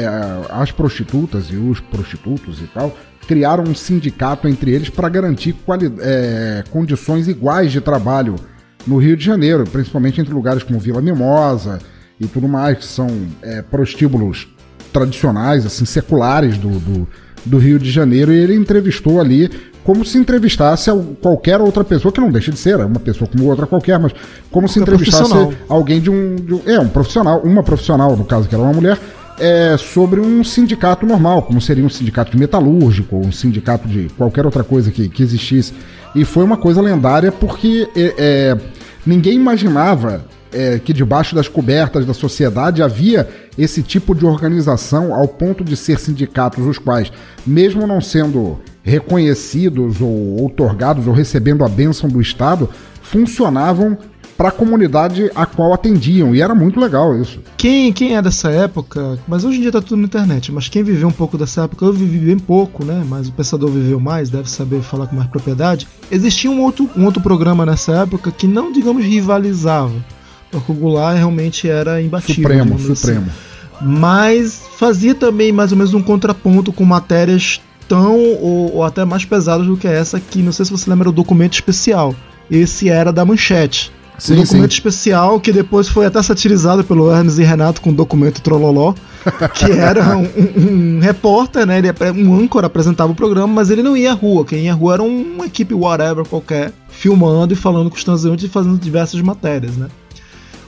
as prostitutas e os prostitutos e tal criaram um sindicato entre eles para garantir condições iguais de trabalho no Rio de Janeiro, principalmente entre lugares como Vila Mimosa e tudo mais, que são prostíbulos tradicionais, assim, seculares do Rio de Janeiro, e ele entrevistou ali como se entrevistasse qualquer outra pessoa, que não deixa de ser, uma pessoa como outra qualquer, mas como se entrevistasse alguém um profissional, uma profissional, no caso que era uma mulher, sobre um sindicato normal, como seria um sindicato de metalúrgico, ou um sindicato de qualquer outra coisa que existisse. E foi uma coisa lendária porque ninguém imaginava que debaixo das cobertas da sociedade havia esse tipo de organização ao ponto de ser sindicatos os quais, mesmo não sendo reconhecidos ou outorgados ou recebendo a bênção do Estado, funcionavam para a comunidade a qual atendiam, e era muito legal isso. Quem é dessa época, mas hoje em dia tá tudo na internet, mas quem viveu um pouco dessa época, eu vivi bem pouco, né, mas o pensador viveu mais, deve saber falar com mais propriedade. Existia um outro programa nessa época que não, digamos, rivalizava, porque o Goulart realmente era imbatível. Supremo. Assim. Mas fazia também mais ou menos um contraponto com matérias tão ou até mais pesadas do que essa, que não sei se você lembra, o Documento Especial. Esse era da Manchete. Sim, o Documento Especial, que depois foi até satirizado pelo Hermes e Renato com o Documento Trololó, que era um repórter, né? Ele um âncora, apresentava o programa, mas ele não ia à rua. Quem ia à rua era uma equipe whatever qualquer, filmando e falando com os transeuntes e fazendo diversas matérias, né?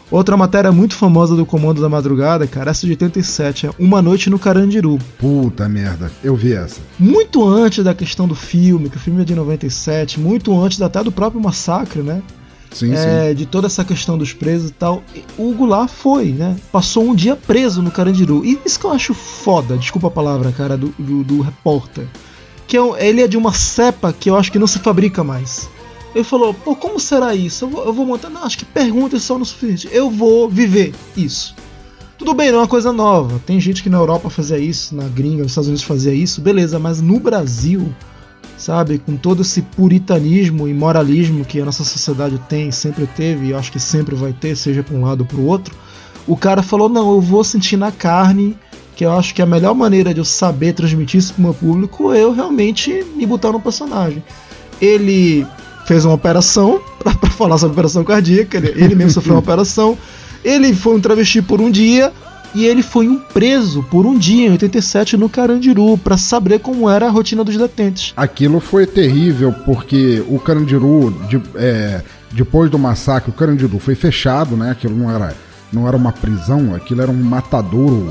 Outra matéria muito famosa do Comando da Madrugada, cara, essa de 87, é Uma Noite no Carandiru. Puta merda, eu vi essa. Muito antes da questão do filme, que o filme é de 97, muito antes até do próprio massacre, né? Sim. De toda essa questão dos presos e tal. O Goulart foi, né? Passou um dia preso no Carandiru. E isso que eu acho foda, desculpa a palavra, cara, do repórter. Que ele é de uma cepa que eu acho que não se fabrica mais. Ele falou, pô, como será isso? Eu vou montar. Não, acho que perguntas só no suficiente. Eu vou viver isso. Tudo bem, não é uma coisa nova. Tem gente que na Europa fazia isso, na gringa, nos Estados Unidos fazia isso, beleza, mas no Brasil, sabe, com todo esse puritanismo e moralismo que a nossa sociedade tem, sempre teve, e eu acho que sempre vai ter, seja para um lado ou para o outro, o cara falou, não, eu vou sentir na carne, que eu acho que a melhor maneira de eu saber transmitir isso para o meu público é eu realmente me botar no personagem. Ele fez uma operação, para falar sobre operação cardíaca, ele mesmo sofreu uma operação, ele foi um travesti por um dia, e ele foi um preso por um dia, em 87, no Carandiru, para saber como era a rotina dos detentes. Aquilo foi terrível, porque o Carandiru, depois do massacre, o Carandiru foi fechado, né? Aquilo não era uma prisão, aquilo era um matadouro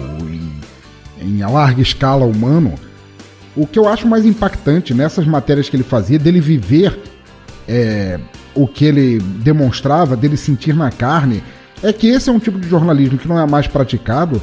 em larga escala humano. O que eu acho mais impactante nessas matérias que ele fazia, dele viver o que ele demonstrava, dele sentir na carne, é que esse é um tipo de jornalismo que não é mais praticado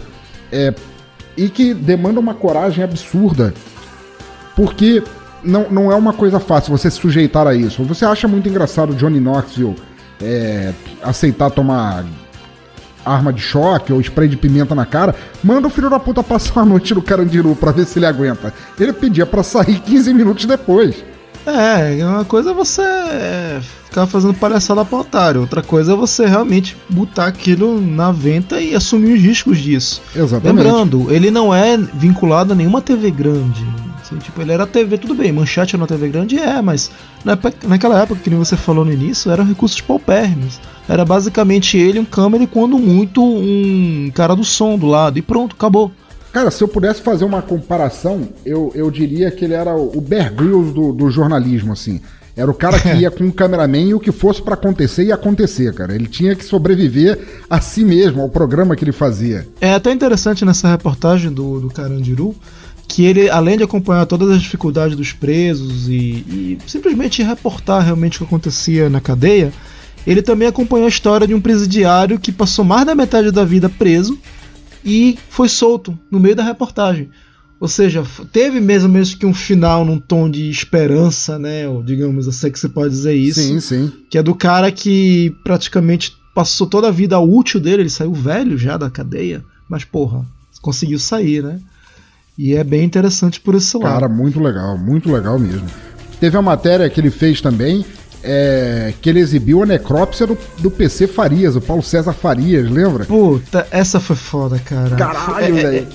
e que demanda uma coragem absurda, porque não é uma coisa fácil você se sujeitar a isso. Você acha muito engraçado o Johnny Knoxville aceitar tomar arma de choque ou spray de pimenta na cara? Manda o filho da puta passar uma noite no Carandiru pra ver se ele aguenta. Ele pedia pra sair 15 minutos depois. Uma coisa é você ficar fazendo palhaçada pra otário, outra coisa é você realmente botar aquilo na venta e assumir os riscos disso. Exatamente. Lembrando, ele não é vinculado a nenhuma TV grande. Assim, tipo, ele era TV, tudo bem, Manchete na TV grande mas naquela época, que nem você falou no início, eram recursos paupérrimos. Era basicamente ele, um câmera e quando muito um cara do som do lado, e pronto, acabou. Cara, se eu pudesse fazer uma comparação, eu diria que ele era o Bear Grylls do jornalismo, assim. Era o cara que ia com um cameraman e o que fosse pra acontecer, ia acontecer, cara. Ele tinha que sobreviver a si mesmo, ao programa que ele fazia. É até interessante nessa reportagem do Carandiru, que ele, além de acompanhar todas as dificuldades dos presos e simplesmente reportar realmente o que acontecia na cadeia, ele também acompanhou a história de um presidiário que passou mais da metade da vida preso e foi solto no meio da reportagem. Ou seja, teve mesmo que um final num tom de esperança, né? Ou digamos, eu sei que você pode dizer isso. Sim, sim. Que é do cara que praticamente passou toda a vida útil dele, ele saiu velho já da cadeia, mas porra, conseguiu sair, né? E é bem interessante por esse lado. Cara, muito legal mesmo. Teve a matéria que ele fez também, que ele exibiu a necrópsia do PC Farias, o Paulo César Farias, lembra? Puta, essa foi foda, cara. Caralho, velho.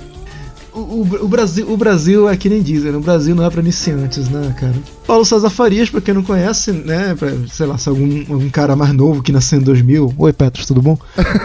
O Brasil é que nem dizem, o Brasil não é pra iniciantes, né, cara? Paulo César Farias, pra quem não conhece, né, sei lá, se algum cara mais novo que nasceu em 2000... Oi, Petros, tudo bom?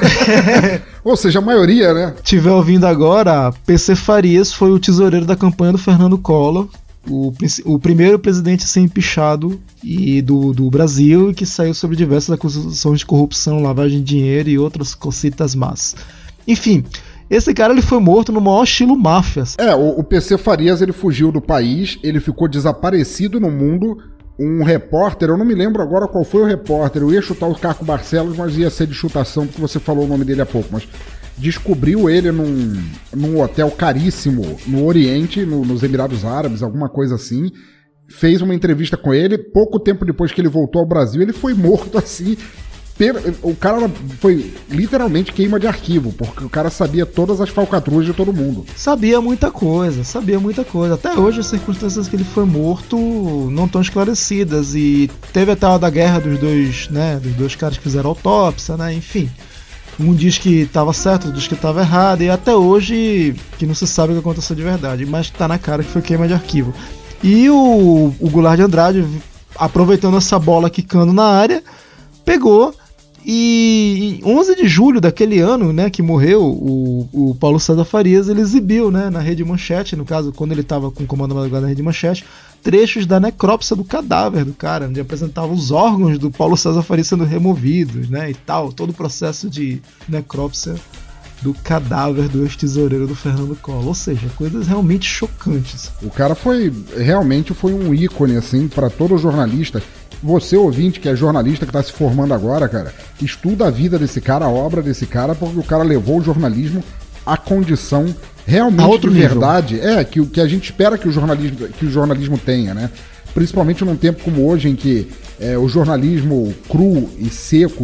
Ou seja, a maioria, né? Tiver ouvindo agora, PC Farias foi o tesoureiro da campanha do Fernando Collor, o primeiro presidente a ser empichado do Brasil e que saiu sobre diversas acusações de corrupção, lavagem de dinheiro e outras cositas más. Enfim, esse cara ele foi morto no maior estilo máfia. O PC Farias ele fugiu do país, ele ficou desaparecido no mundo. Um repórter, eu não me lembro agora qual foi o repórter, eu ia chutar o Caco Barcelos, mas ia ser de chutação porque você falou o nome dele há pouco, mas descobriu ele num hotel caríssimo no Oriente, nos Emirados Árabes, alguma coisa assim. Fez uma entrevista com ele, pouco tempo depois que ele voltou ao Brasil, ele foi morto assim. O cara foi literalmente queima de arquivo, porque o cara sabia todas as falcatruas de todo mundo. Sabia muita coisa. Até hoje as circunstâncias que ele foi morto não estão esclarecidas. E teve a tal da guerra dos dois caras que fizeram autópsia, né? Enfim. Um diz que estava certo, outro diz que estava errado, e até hoje que não se sabe o que aconteceu de verdade, mas tá na cara que foi queima de arquivo. E o Goulart de Andrade, aproveitando essa bola quicando na área, pegou E em 11 de julho daquele ano, né, que morreu o Paulo César Farias, ele exibiu, né, na Rede Manchete, no caso, quando ele estava com o Comando da Madrugada na Rede Manchete, trechos da necrópsia do cadáver do cara, onde apresentava os órgãos do Paulo César Farias sendo removidos, né, e tal, todo o processo de necrópsia do cadáver do ex-tesoureiro do Fernando Collor, ou seja, coisas realmente chocantes. O cara realmente foi um ícone, assim, para todo jornalista. Você, ouvinte, que é jornalista, que está se formando agora, cara, estuda a vida desse cara, a obra desse cara, porque o cara levou o jornalismo à condição realmente de verdade, que a gente espera que o jornalismo tenha, né? Principalmente num tempo como hoje, em que o jornalismo cru e seco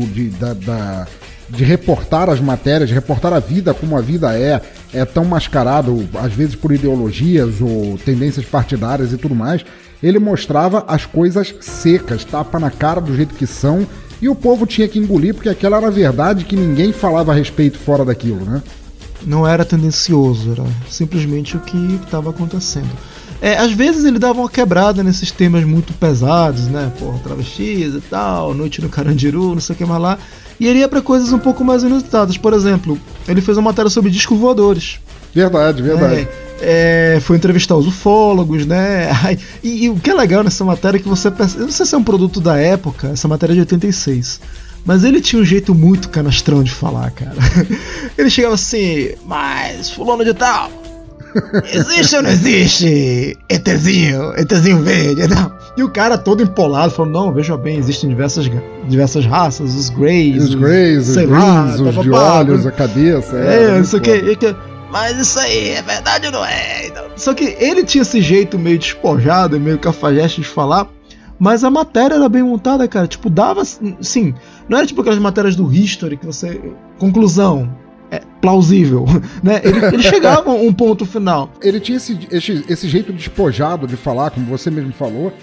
de reportar as matérias, de reportar a vida como a vida é tão mascarado, às vezes por ideologias ou tendências partidárias e tudo mais. Ele mostrava as coisas secas, tapa na cara do jeito que são, e o povo tinha que engolir, porque aquela era a verdade, que ninguém falava a respeito fora daquilo, né? Não era tendencioso, era simplesmente o que estava acontecendo. Às vezes ele dava uma quebrada nesses temas muito pesados, né? Porra, travestis e tal, Noite no Carandiru, não sei o que mais lá. E ele ia para coisas um pouco mais inusitadas. Por exemplo, ele fez uma matéria sobre discos voadores. Verdade. Foi entrevistar os ufólogos, né? E o que é legal nessa matéria é que você pensa... Eu não sei se é um produto da época, essa matéria é de 86. Mas ele tinha um jeito muito canastrão de falar, cara. Ele chegava assim, mas fulano de tal, existe ou não existe ETzinho verde? Não. E o cara todo empolado, falando, não, veja bem, existem diversas raças, os greys, os greens, os de olhos, a cabeça. Não sei o que. Mas isso aí, é verdade ou não é? Então, só que ele tinha esse jeito meio despojado, meio cafajeste de falar, mas a matéria era bem montada, cara. Tipo, dava, sim, não era tipo aquelas matérias do History que você... Conclusão, plausível, né? Ele chegava a um ponto final. Ele tinha esse jeito despojado de falar, como você mesmo falou.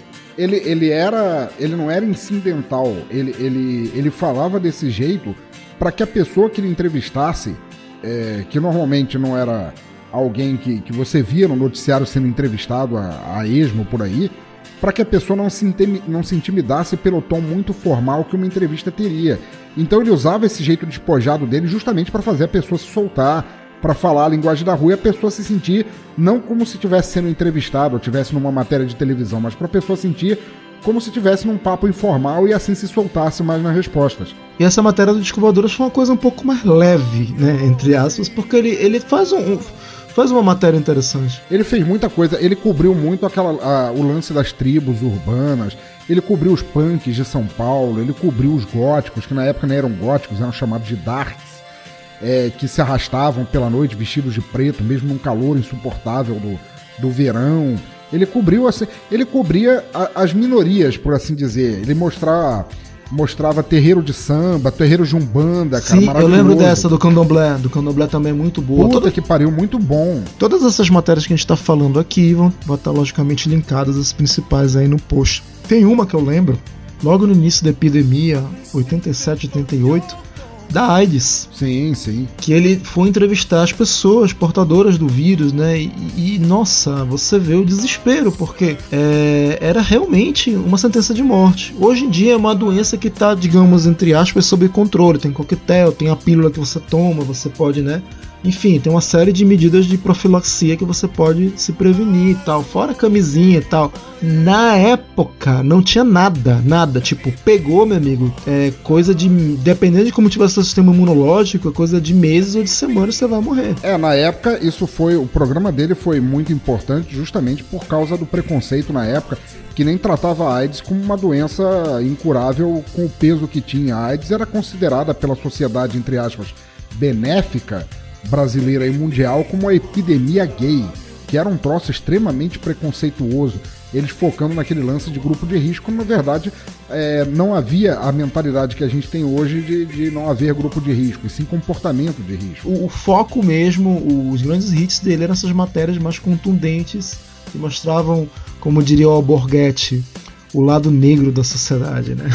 Ele não era incidental. Ele falava desse jeito para que a pessoa que ele entrevistasse, que normalmente não era alguém que você via no noticiário sendo entrevistado a esmo por aí, para que a pessoa não se intimidasse pelo tom muito formal que uma entrevista teria. Então ele usava esse jeito despojado dele justamente para fazer a pessoa se soltar, para falar a linguagem da rua e a pessoa se sentir não como se estivesse sendo entrevistado ou estivesse numa matéria de televisão, mas para a pessoa sentir como se estivesse num papo informal e assim se soltasse mais nas respostas. E essa matéria do Disco Voadores foi uma coisa um pouco mais leve, né, entre aspas, porque ele faz uma matéria interessante. Ele fez muita coisa, ele cobriu muito o lance das tribos urbanas, ele cobriu os punks de São Paulo, ele cobriu os góticos, que na época não eram góticos, eram chamados de darks, que se arrastavam pela noite vestidos de preto, mesmo num calor insuportável do verão. Ele cobria as minorias, por assim dizer. Ele mostrava terreiro de samba, terreiro de umbanda, cara. Sim, eu lembro dessa do Candomblé. Do Candomblé também é muito boa. Puta que pariu, muito bom. Todas essas matérias que a gente tá falando aqui vão estar logicamente linkadas, as principais aí no post. Tem uma que eu lembro, logo no início da epidemia, 87, 88, da AIDS. Sim, sim. Que ele foi entrevistar as pessoas portadoras do vírus, né? E nossa, você vê o desespero, porque era realmente uma sentença de morte. Hoje em dia é uma doença que está, digamos, entre aspas, sob controle. Tem coquetel, tem a pílula que você toma, você pode, né? Enfim, tem uma série de medidas de profilaxia que você pode se prevenir e tal, fora camisinha e tal. Na época não tinha nada, tipo, pegou, meu amigo, coisa de, dependendo de como tiver seu sistema imunológico, coisa de meses ou de semanas você vai morrer. Na época o programa dele foi muito importante justamente por causa do preconceito na época, que nem tratava a AIDS como uma doença incurável com o peso que tinha. A AIDS era considerada pela sociedade, entre aspas, benéfica, brasileira e mundial, como a epidemia gay, que era um troço extremamente preconceituoso, eles focando naquele lance de grupo de risco, na verdade não havia a mentalidade que a gente tem hoje de não haver grupo de risco, e sim comportamento de risco. O foco mesmo, os grandes hits dele eram essas matérias mais contundentes, que mostravam, como diria o Alborguete, o lado negro da sociedade, né?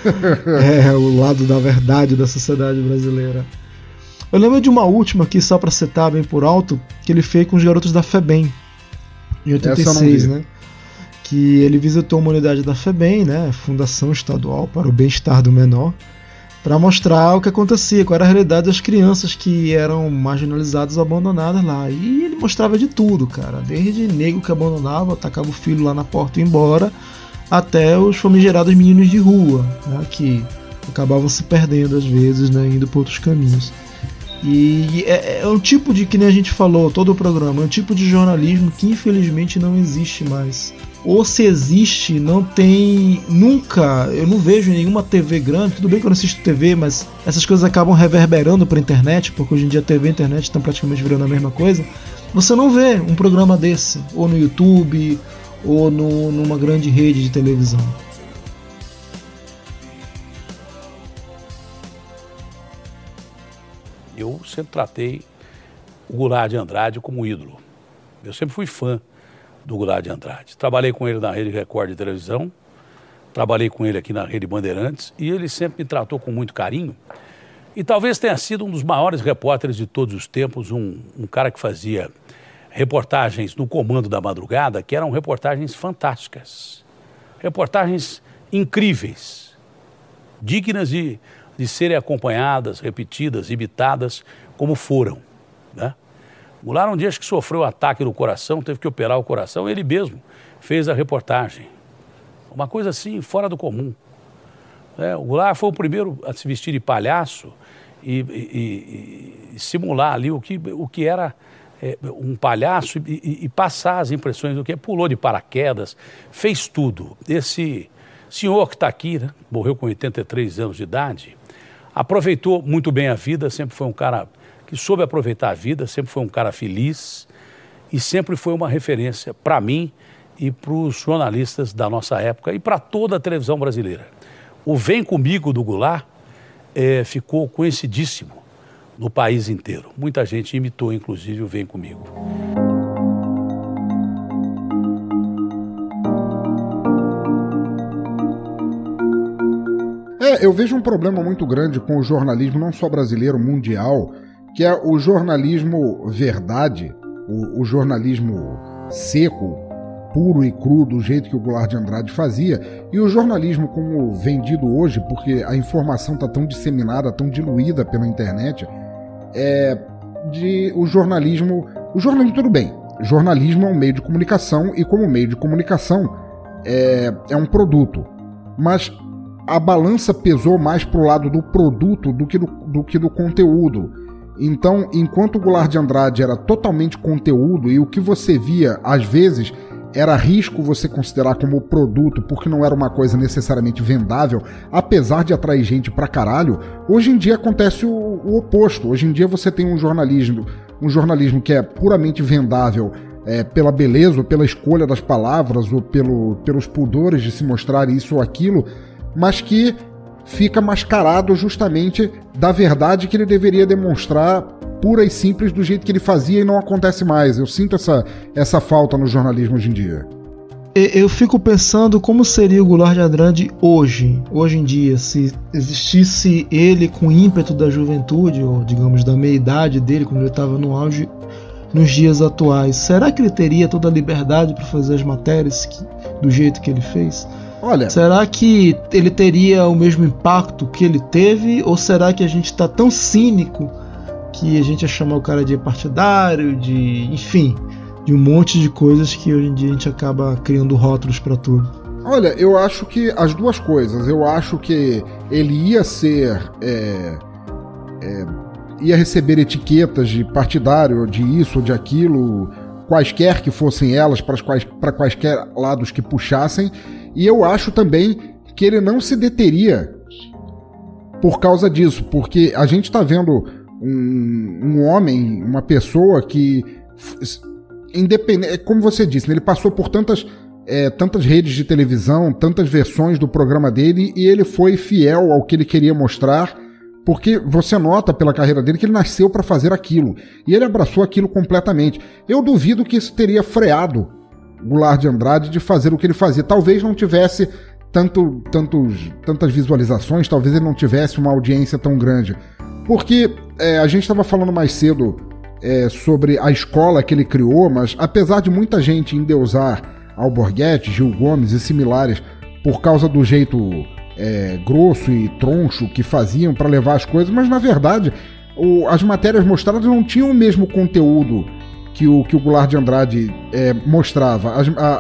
O lado da verdade da sociedade brasileira. Eu lembro de uma última aqui, só pra citar bem por alto, que ele fez com os garotos da FEBEM, em 86, né? Que ele visitou uma unidade da FEBEM, né? Fundação Estadual para o Bem-Estar do Menor. para mostrar o que acontecia, qual era a realidade das crianças que eram marginalizadas ou abandonadas lá. E ele mostrava de tudo, cara, desde negro que abandonava, atacava o filho lá na porta e ia embora, até os famigerados meninos de rua, né, que acabavam se perdendo às vezes, né, indo por outros caminhos. E é um tipo de, que nem a gente falou todo o programa, é um tipo de jornalismo que infelizmente não existe mais. Ou se existe, não tem nunca, eu não vejo em nenhuma TV grande, tudo bem que eu não assisto TV, mas essas coisas acabam reverberando para a internet, porque hoje em dia a TV e a internet estão praticamente virando a mesma coisa. Você não vê um programa desse, ou no YouTube, ou numa grande rede de televisão. Eu sempre tratei o Goulart de Andrade como ídolo. Eu sempre fui fã do Goulart de Andrade. Trabalhei com ele na Rede Record de televisão, trabalhei com ele aqui na Rede Bandeirantes e ele sempre me tratou com muito carinho. E talvez tenha sido um dos maiores repórteres de todos os tempos, um cara que fazia reportagens no Comando da Madrugada, que eram reportagens fantásticas, reportagens incríveis, dignas de serem acompanhadas, repetidas, imitadas, como foram, né? Goulart um dia acho que sofreu um ataque no coração, teve que operar o coração, ele mesmo fez a reportagem. Uma coisa assim, fora do comum. O Goulart foi o primeiro a se vestir de palhaço e simular ali o que era um palhaço e passar as impressões do que pulou de paraquedas, fez tudo. Esse senhor que está aqui, né, morreu com 83 anos de idade, aproveitou muito bem a vida, sempre foi um cara que soube aproveitar a vida, sempre foi um cara feliz e sempre foi uma referência para mim e para os jornalistas da nossa época e para toda a televisão brasileira. O Vem Comigo do Goulart ficou conhecidíssimo no país inteiro. Muita gente imitou, inclusive, o Vem Comigo. Eu vejo um problema muito grande com o jornalismo, não só brasileiro, mundial, que é o jornalismo verdade, o jornalismo seco, puro e cru, do jeito que o Goulart de Andrade fazia, e o jornalismo como vendido hoje, porque a informação está tão disseminada, tão diluída pela internet, o jornalismo tudo bem, jornalismo é um meio de comunicação, e como meio de comunicação é um produto, mas a balança pesou mais pro lado do produto do que do conteúdo. Então, enquanto o Goulart de Andrade era totalmente conteúdo e o que você via, às vezes, era risco você considerar como produto porque não era uma coisa necessariamente vendável, apesar de atrair gente pra caralho, hoje em dia acontece o oposto. Hoje em dia você tem um jornalismo que é puramente vendável pela beleza ou pela escolha das palavras ou pelos pudores de se mostrar isso ou aquilo, mas que fica mascarado justamente da verdade que ele deveria demonstrar pura e simples do jeito que ele fazia e não acontece mais. Eu sinto essa falta no jornalismo hoje em dia. Eu fico pensando como seria o Goulart de Andrade hoje em dia, se existisse ele com o ímpeto da juventude, ou digamos da meia-idade dele, quando ele estava no auge, nos dias atuais. Será que ele teria toda a liberdade para fazer as matérias do jeito que ele fez? Olha, será que ele teria o mesmo impacto que ele teve? Ou será que a gente está tão cínico que a gente ia chamar o cara de partidário, enfim, de um monte de coisas que hoje em dia a gente acaba criando rótulos para tudo? Olha, eu acho que as duas coisas. Eu acho que ele ia ser... ia receber etiquetas de partidário, de isso ou de aquilo, quaisquer que fossem elas, para quaisquer lados que puxassem. E eu acho também que ele não se deteria por causa disso, porque a gente está vendo um homem, uma pessoa que, independente, como você disse, ele passou por tantas redes de televisão, tantas versões do programa dele, e ele foi fiel ao que ele queria mostrar, porque você nota pela carreira dele que ele nasceu para fazer aquilo, e ele abraçou aquilo completamente. Eu duvido que isso teria freado Goulart de Andrade de fazer o que ele fazia. Talvez não tivesse tantas visualizações, talvez ele não tivesse uma audiência tão grande. Porque a gente estava falando mais cedo sobre a escola que ele criou, mas apesar de muita gente endeusar Alborguete, Gil Gomes e similares por causa do jeito grosso e troncho que faziam para levar as coisas, mas na verdade as matérias mostradas não tinham o mesmo conteúdo que o Goulart de Andrade mostrava.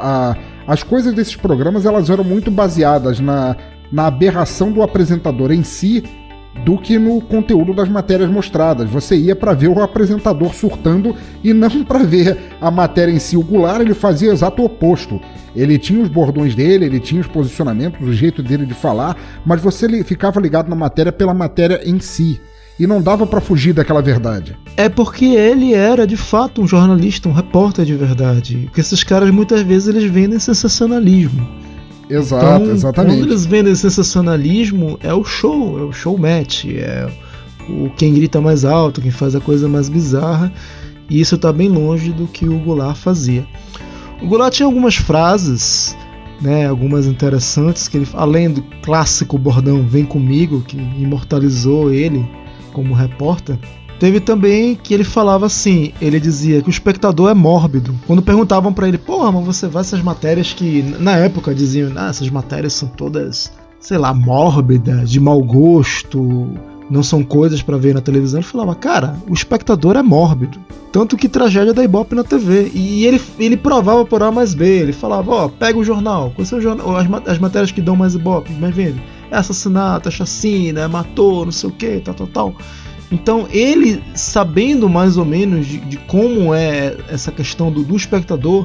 As coisas desses programas elas eram muito baseadas na aberração do apresentador em si do que no conteúdo das matérias mostradas. Você ia para ver o apresentador surtando e não para ver a matéria em si. O Goulart ele fazia o exato oposto. Ele tinha os bordões dele, ele tinha os posicionamentos, o jeito dele de falar, mas você ficava ligado na matéria pela matéria em si. E não dava pra fugir daquela verdade. É porque ele era, de fato, um jornalista, um repórter de verdade. Porque esses caras, muitas vezes, eles vendem sensacionalismo. Exato, então, exatamente. Quando eles vendem sensacionalismo, é o showmatch, é quem grita mais alto, quem faz a coisa mais bizarra. E isso tá bem longe do que o Goulart fazia. O Goulart tinha algumas frases, né, algumas interessantes, que ele, além do clássico bordão "Vem comigo", que imortalizou ele como repórter, teve também que ele falava assim, ele dizia que o espectador é mórbido. Quando perguntavam pra ele, porra, mas você vai essas matérias que na época diziam, essas matérias são todas, sei lá, mórbidas, de mau gosto, não são coisas pra ver na televisão. Ele falava, cara, o espectador é mórbido. Tanto que Tragédia da Ibope na TV. E ele provava por A mais B. Ele falava, pega o jornal. Quais são as matérias que dão mais Ibope, mais vende? É assassinato, é chacina, é matou, não sei o que, tal. Então ele, sabendo mais ou menos de como é essa questão do espectador,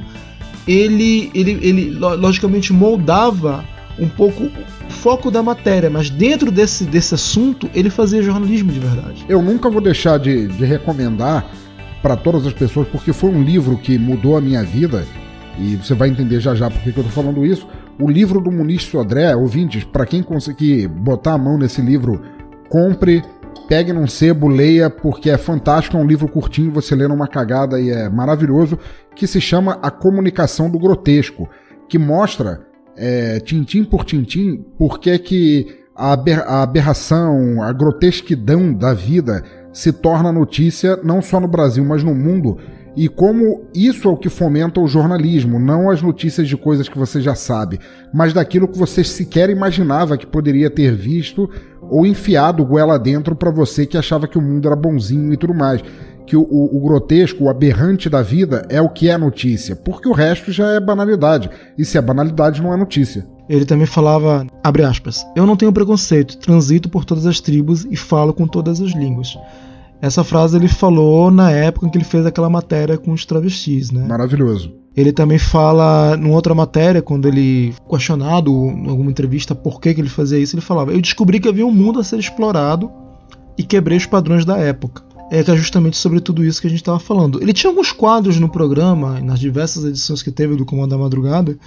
ele logicamente moldava um pouco o foco da matéria, mas dentro desse assunto ele fazia jornalismo de verdade. Eu nunca vou deixar de recomendar para todas as pessoas, porque foi um livro que mudou a minha vida, e você vai entender já por que eu tô falando isso. O livro do Muniz Sodré, ouvintes, para quem conseguir botar a mão nesse livro, compre, pegue num sebo, leia, porque é fantástico, é um livro curtinho, você lê numa cagada e é maravilhoso, que se chama A Comunicação do Grotesco, que mostra, tintim por tintim, por que a aberração, a grotesquidão da vida se torna notícia não só no Brasil, mas no mundo, e como isso é o que fomenta o jornalismo, não as notícias de coisas que você já sabe, mas daquilo que você sequer imaginava que poderia ter visto ou enfiado goela dentro para você que achava que o mundo era bonzinho e tudo mais. Que o grotesco, o aberrante da vida é o que é notícia, porque o resto já é banalidade, e se é banalidade não é notícia. Ele também falava, abre aspas, eu não tenho preconceito, transito por todas as tribos e falo com todas as línguas. Essa frase ele falou na época em que ele fez aquela matéria com os travestis, né? Maravilhoso. Ele também fala, numa outra matéria, quando ele questionado em alguma entrevista por que ele fazia isso, ele falava, eu descobri que havia um mundo a ser explorado e quebrei os padrões da época. Que é justamente sobre tudo isso que a gente estava falando. Ele tinha alguns quadros no programa, nas diversas edições que teve do Comando da Madrugada,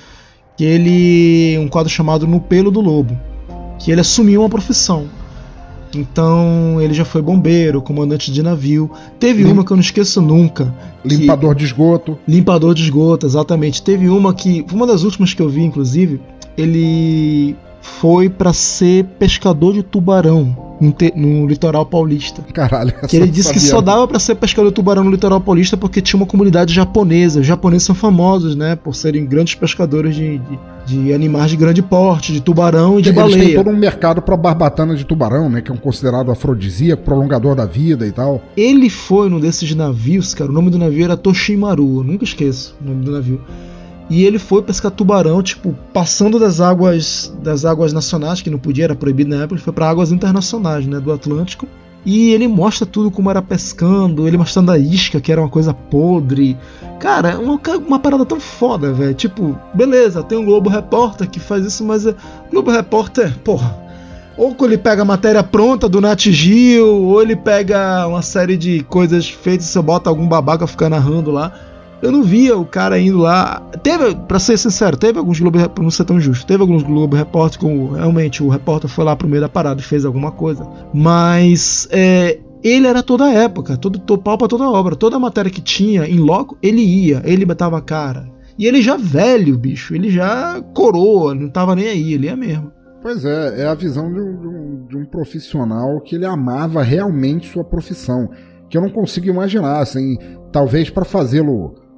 um quadro chamado No Pelo do Lobo, que ele assumiu uma profissão. Então ele já foi bombeiro, comandante de navio. Teve uma que eu não esqueço nunca. Limpador de esgoto. Limpador de esgoto, exatamente. Teve uma que, uma das últimas que eu vi, inclusive, ele foi para ser pescador de tubarão no litoral paulista. Caralho. Que ele disse que só dava para ser pescador de tubarão no litoral paulista porque tinha uma comunidade japonesa. Os japoneses são famosos, né, por serem grandes pescadores de animais de grande porte, de tubarão e de baleia. Eles têm todo um mercado para barbatana de tubarão, né, que é um considerado afrodisíaco, prolongador da vida e tal. Ele foi num desses navios, cara, o nome do navio era Toshimaru, eu nunca esqueço o nome do navio. E ele foi pescar tubarão, tipo, passando das águas nacionais, que não podia, era proibido na época, ele foi para águas internacionais, né, do Atlântico. E ele mostra tudo como era pescando, ele mostrando a isca, que era uma coisa podre. Cara, uma parada tão foda, velho. Tipo, beleza, tem um Globo Repórter que faz isso, mas o Globo Repórter, porra, ou ele pega a matéria pronta do Nat Geo, ou ele pega uma série de coisas feitas e você bota algum babaca ficar narrando lá. Eu não via o cara indo lá. Teve, pra ser sincero, teve alguns Globo Repórter, não ser tão justo, teve alguns Globo Repórter como realmente o repórter foi lá pro meio da parada e fez alguma coisa. Mas ele era toda a época, todo pau pra toda obra, toda a matéria que tinha em loco, ele ia, ele botava a cara. E ele já velho, bicho, ele já coroa, não tava nem aí, ele ia mesmo. Pois é a visão de um profissional que ele amava realmente sua profissão, que eu não consigo imaginar, assim, talvez para fazê-lo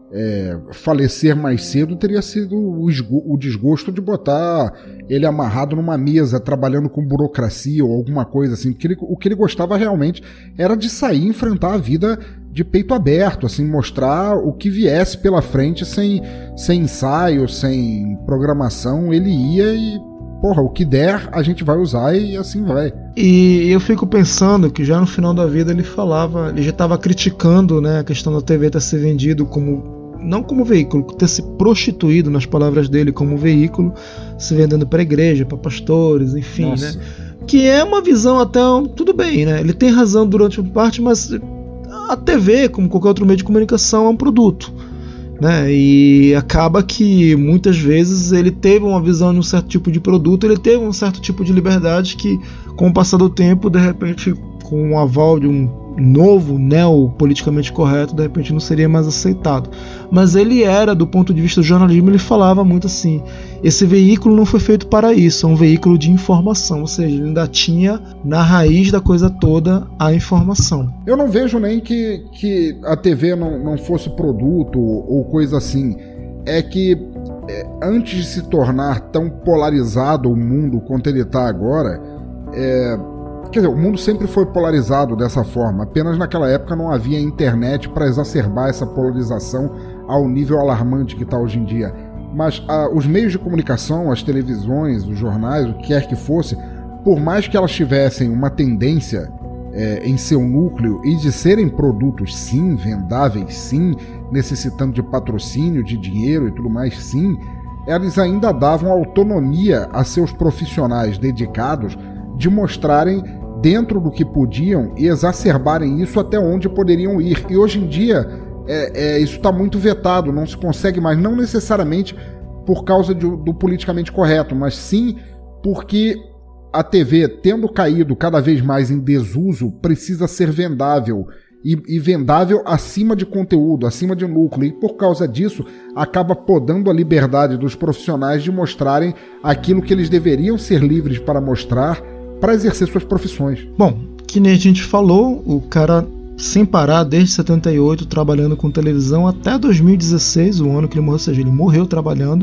falecer mais cedo teria sido o desgosto de botar ele amarrado numa mesa, trabalhando com burocracia ou alguma coisa assim, porque o que ele gostava realmente era de sair e enfrentar a vida de peito aberto, assim, mostrar o que viesse pela frente sem ensaio, sem programação. Ele ia e, porra, o que der a gente vai usar e assim vai. E eu fico pensando que já no final da vida ele já estava criticando, né, a questão da TV ter se vendido não como veículo, ter se prostituído, nas palavras dele, como veículo, se vendendo para igreja, para pastores, enfim, né? Que é uma visão até, tudo bem, né? Ele tem razão durante uma parte, mas a TV, como qualquer outro meio de comunicação, é um produto, né? E acaba que muitas vezes ele teve uma visão de um certo tipo de produto, ele teve um certo tipo de liberdade que, com o passar do tempo, de repente, com o aval de um novo neopoliticamente correto, de repente não seria mais aceitado. Mas ele era, do ponto de vista do jornalismo, ele falava muito assim: esse veículo não foi feito para isso, é um veículo de informação, ou seja, ele ainda tinha na raiz da coisa toda a informação. Eu não vejo nem que a TV não fosse produto ou coisa assim. É que antes de se tornar tão polarizado o mundo quanto ele está agora, quer dizer, o mundo sempre foi polarizado dessa forma, apenas naquela época não havia internet para exacerbar essa polarização ao nível alarmante que está hoje em dia. Mas os meios de comunicação, as televisões, os jornais, o que quer que fosse, por mais que elas tivessem uma tendência em seu núcleo e de serem produtos, sim, vendáveis, sim, necessitando de patrocínio, de dinheiro e tudo mais, sim, elas ainda davam autonomia a seus profissionais dedicados de mostrarem dentro do que podiam e exacerbarem isso até onde poderiam ir. E hoje em dia isso está muito vetado, não se consegue mais, não necessariamente por causa do politicamente correto, mas sim porque a TV, tendo caído cada vez mais em desuso, precisa ser vendável. E vendável acima de conteúdo, acima de núcleo. E por causa disso, acaba podando a liberdade dos profissionais de mostrarem aquilo que eles deveriam ser livres para mostrar, para exercer suas profissões. Bom, que nem a gente falou, o cara sem parar desde 78 trabalhando com televisão até 2016, o ano que ele morreu, ou seja, ele morreu trabalhando.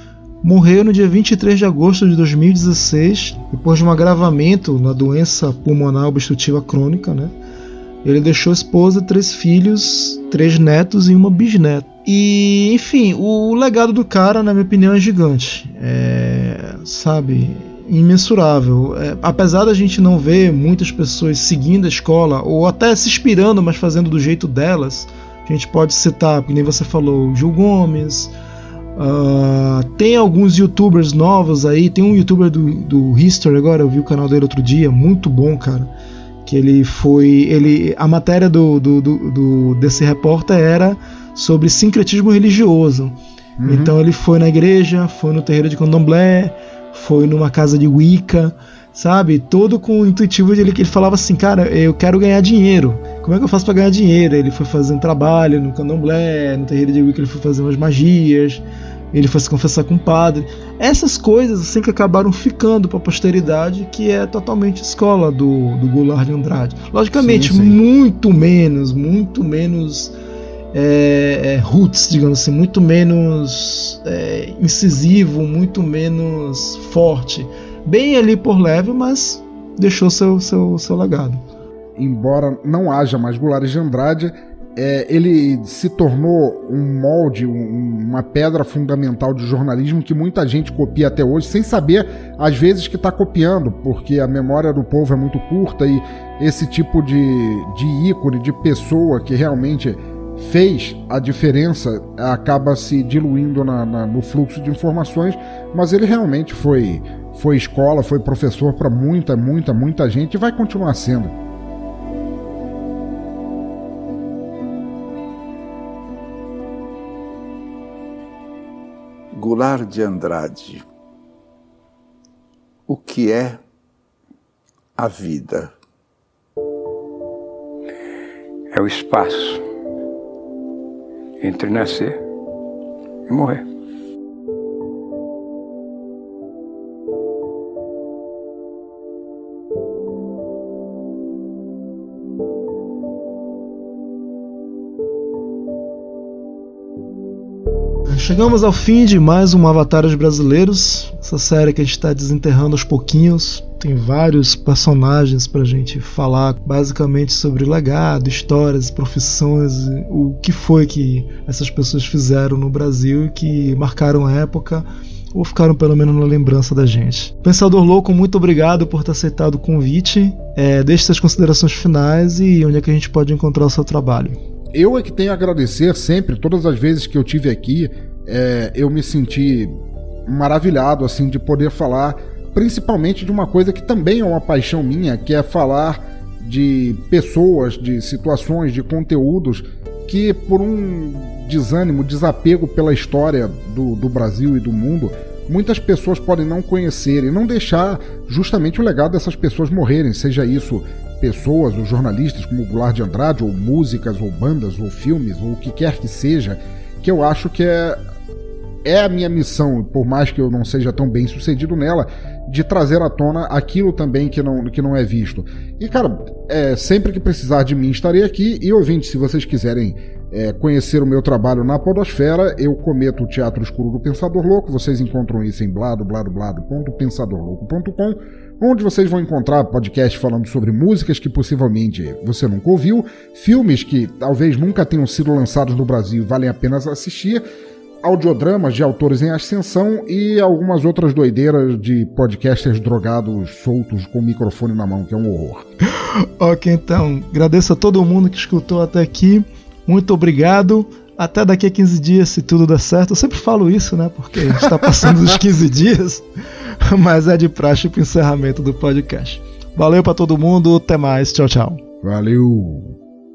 Morreu no dia 23 de agosto de 2016, depois de um agravamento na doença pulmonar obstrutiva crônica, né? Ele deixou esposa, 3 filhos, 3 netos e uma bisneta. E, enfim, o legado do cara, na minha opinião, é gigante. Sabe, imensurável. Apesar da gente não ver muitas pessoas seguindo a escola, ou até se inspirando, mas fazendo do jeito delas, a gente pode citar, que nem você falou, o Gil Gomes. Tem alguns youtubers novos aí. Tem um youtuber do History agora, eu vi o canal dele outro dia, muito bom, cara. Que a matéria desse repórter era sobre sincretismo religioso. Uhum. Então ele foi na igreja, foi no terreiro de candomblé, foi numa casa de Wicca, sabe? Todo com o intuitivo dele, que ele falava assim: cara, eu quero ganhar dinheiro. Como é que eu faço para ganhar dinheiro? Ele foi fazer um trabalho no candomblé, no terreiro de Wicca ele foi fazer umas magias, ele foi se confessar com um padre. Essas coisas assim que acabaram ficando para a posteridade, que é totalmente escola do Goulart de Andrade. Logicamente, sim. muito menos roots, digamos assim, muito menos incisivo, muito menos forte. Bem ali por leve, mas deixou seu legado. Embora não haja mais Goulart de Andrade, ele se tornou um molde, uma pedra fundamental de jornalismo que muita gente copia até hoje, sem saber, às vezes, que está copiando, porque a memória do povo é muito curta e esse tipo de ícone, de pessoa que realmente fez a diferença, acaba se diluindo no fluxo de informações, mas ele realmente foi escola, foi professor para muita gente e vai continuar sendo. Goulart de Andrade. O que é a vida? É o espaço entre nascer e morrer. Chegamos ao fim de mais um Avatares Brasileiros, essa série que a gente está desenterrando aos pouquinhos. Tem vários personagens pra gente falar basicamente sobre legado, histórias, profissões, o que foi que essas pessoas fizeram no Brasil e que marcaram a época ou ficaram pelo menos na lembrança da gente. Pensador Louco, muito obrigado por ter aceitado o convite. Deixe suas considerações finais e onde é que a gente pode encontrar o seu trabalho. Eu é que tenho a agradecer sempre, todas as vezes que eu tive aqui, eu me senti maravilhado assim, de poder falar principalmente de uma coisa que também é uma paixão minha, que é falar de pessoas, de situações, de conteúdos que por um desânimo, desapego pela história do Brasil e do mundo, muitas pessoas podem não conhecer e não deixar justamente o legado dessas pessoas morrerem, seja isso pessoas ou jornalistas como o Goulart de Andrade, ou músicas, ou bandas, ou filmes, ou o que quer que seja, que eu acho que é a minha missão, por mais que eu não seja tão bem sucedido nela, de trazer à tona aquilo também que não é visto. E cara, sempre que precisar de mim estarei aqui, e ouvintes, se vocês quiserem conhecer o meu trabalho na podosfera, eu cometo o Teatro Escuro do Pensador Louco, vocês encontram isso em blado.pensadorlouco.com, onde vocês vão encontrar podcast falando sobre músicas que possivelmente você nunca ouviu, filmes que talvez nunca tenham sido lançados no Brasil e valem a pena assistir, audiodramas de autores em ascensão e algumas outras doideiras de podcasters drogados soltos com o microfone na mão, que é um horror. Ok, então, agradeço a todo mundo que escutou até aqui, muito obrigado, até daqui a 15 dias, se tudo der certo. Eu sempre falo isso, né, porque a gente tá passando dos 15 dias, mas é de praxe pro encerramento do podcast. Valeu pra todo mundo, até mais, tchau, tchau. Valeu!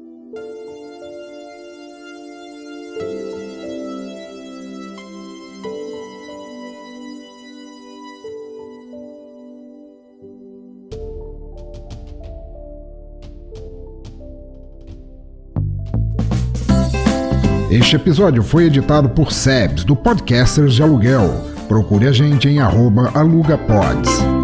Este episódio foi editado por Sebs, do Podcasters de Aluguel. Procure a gente em @alugapods.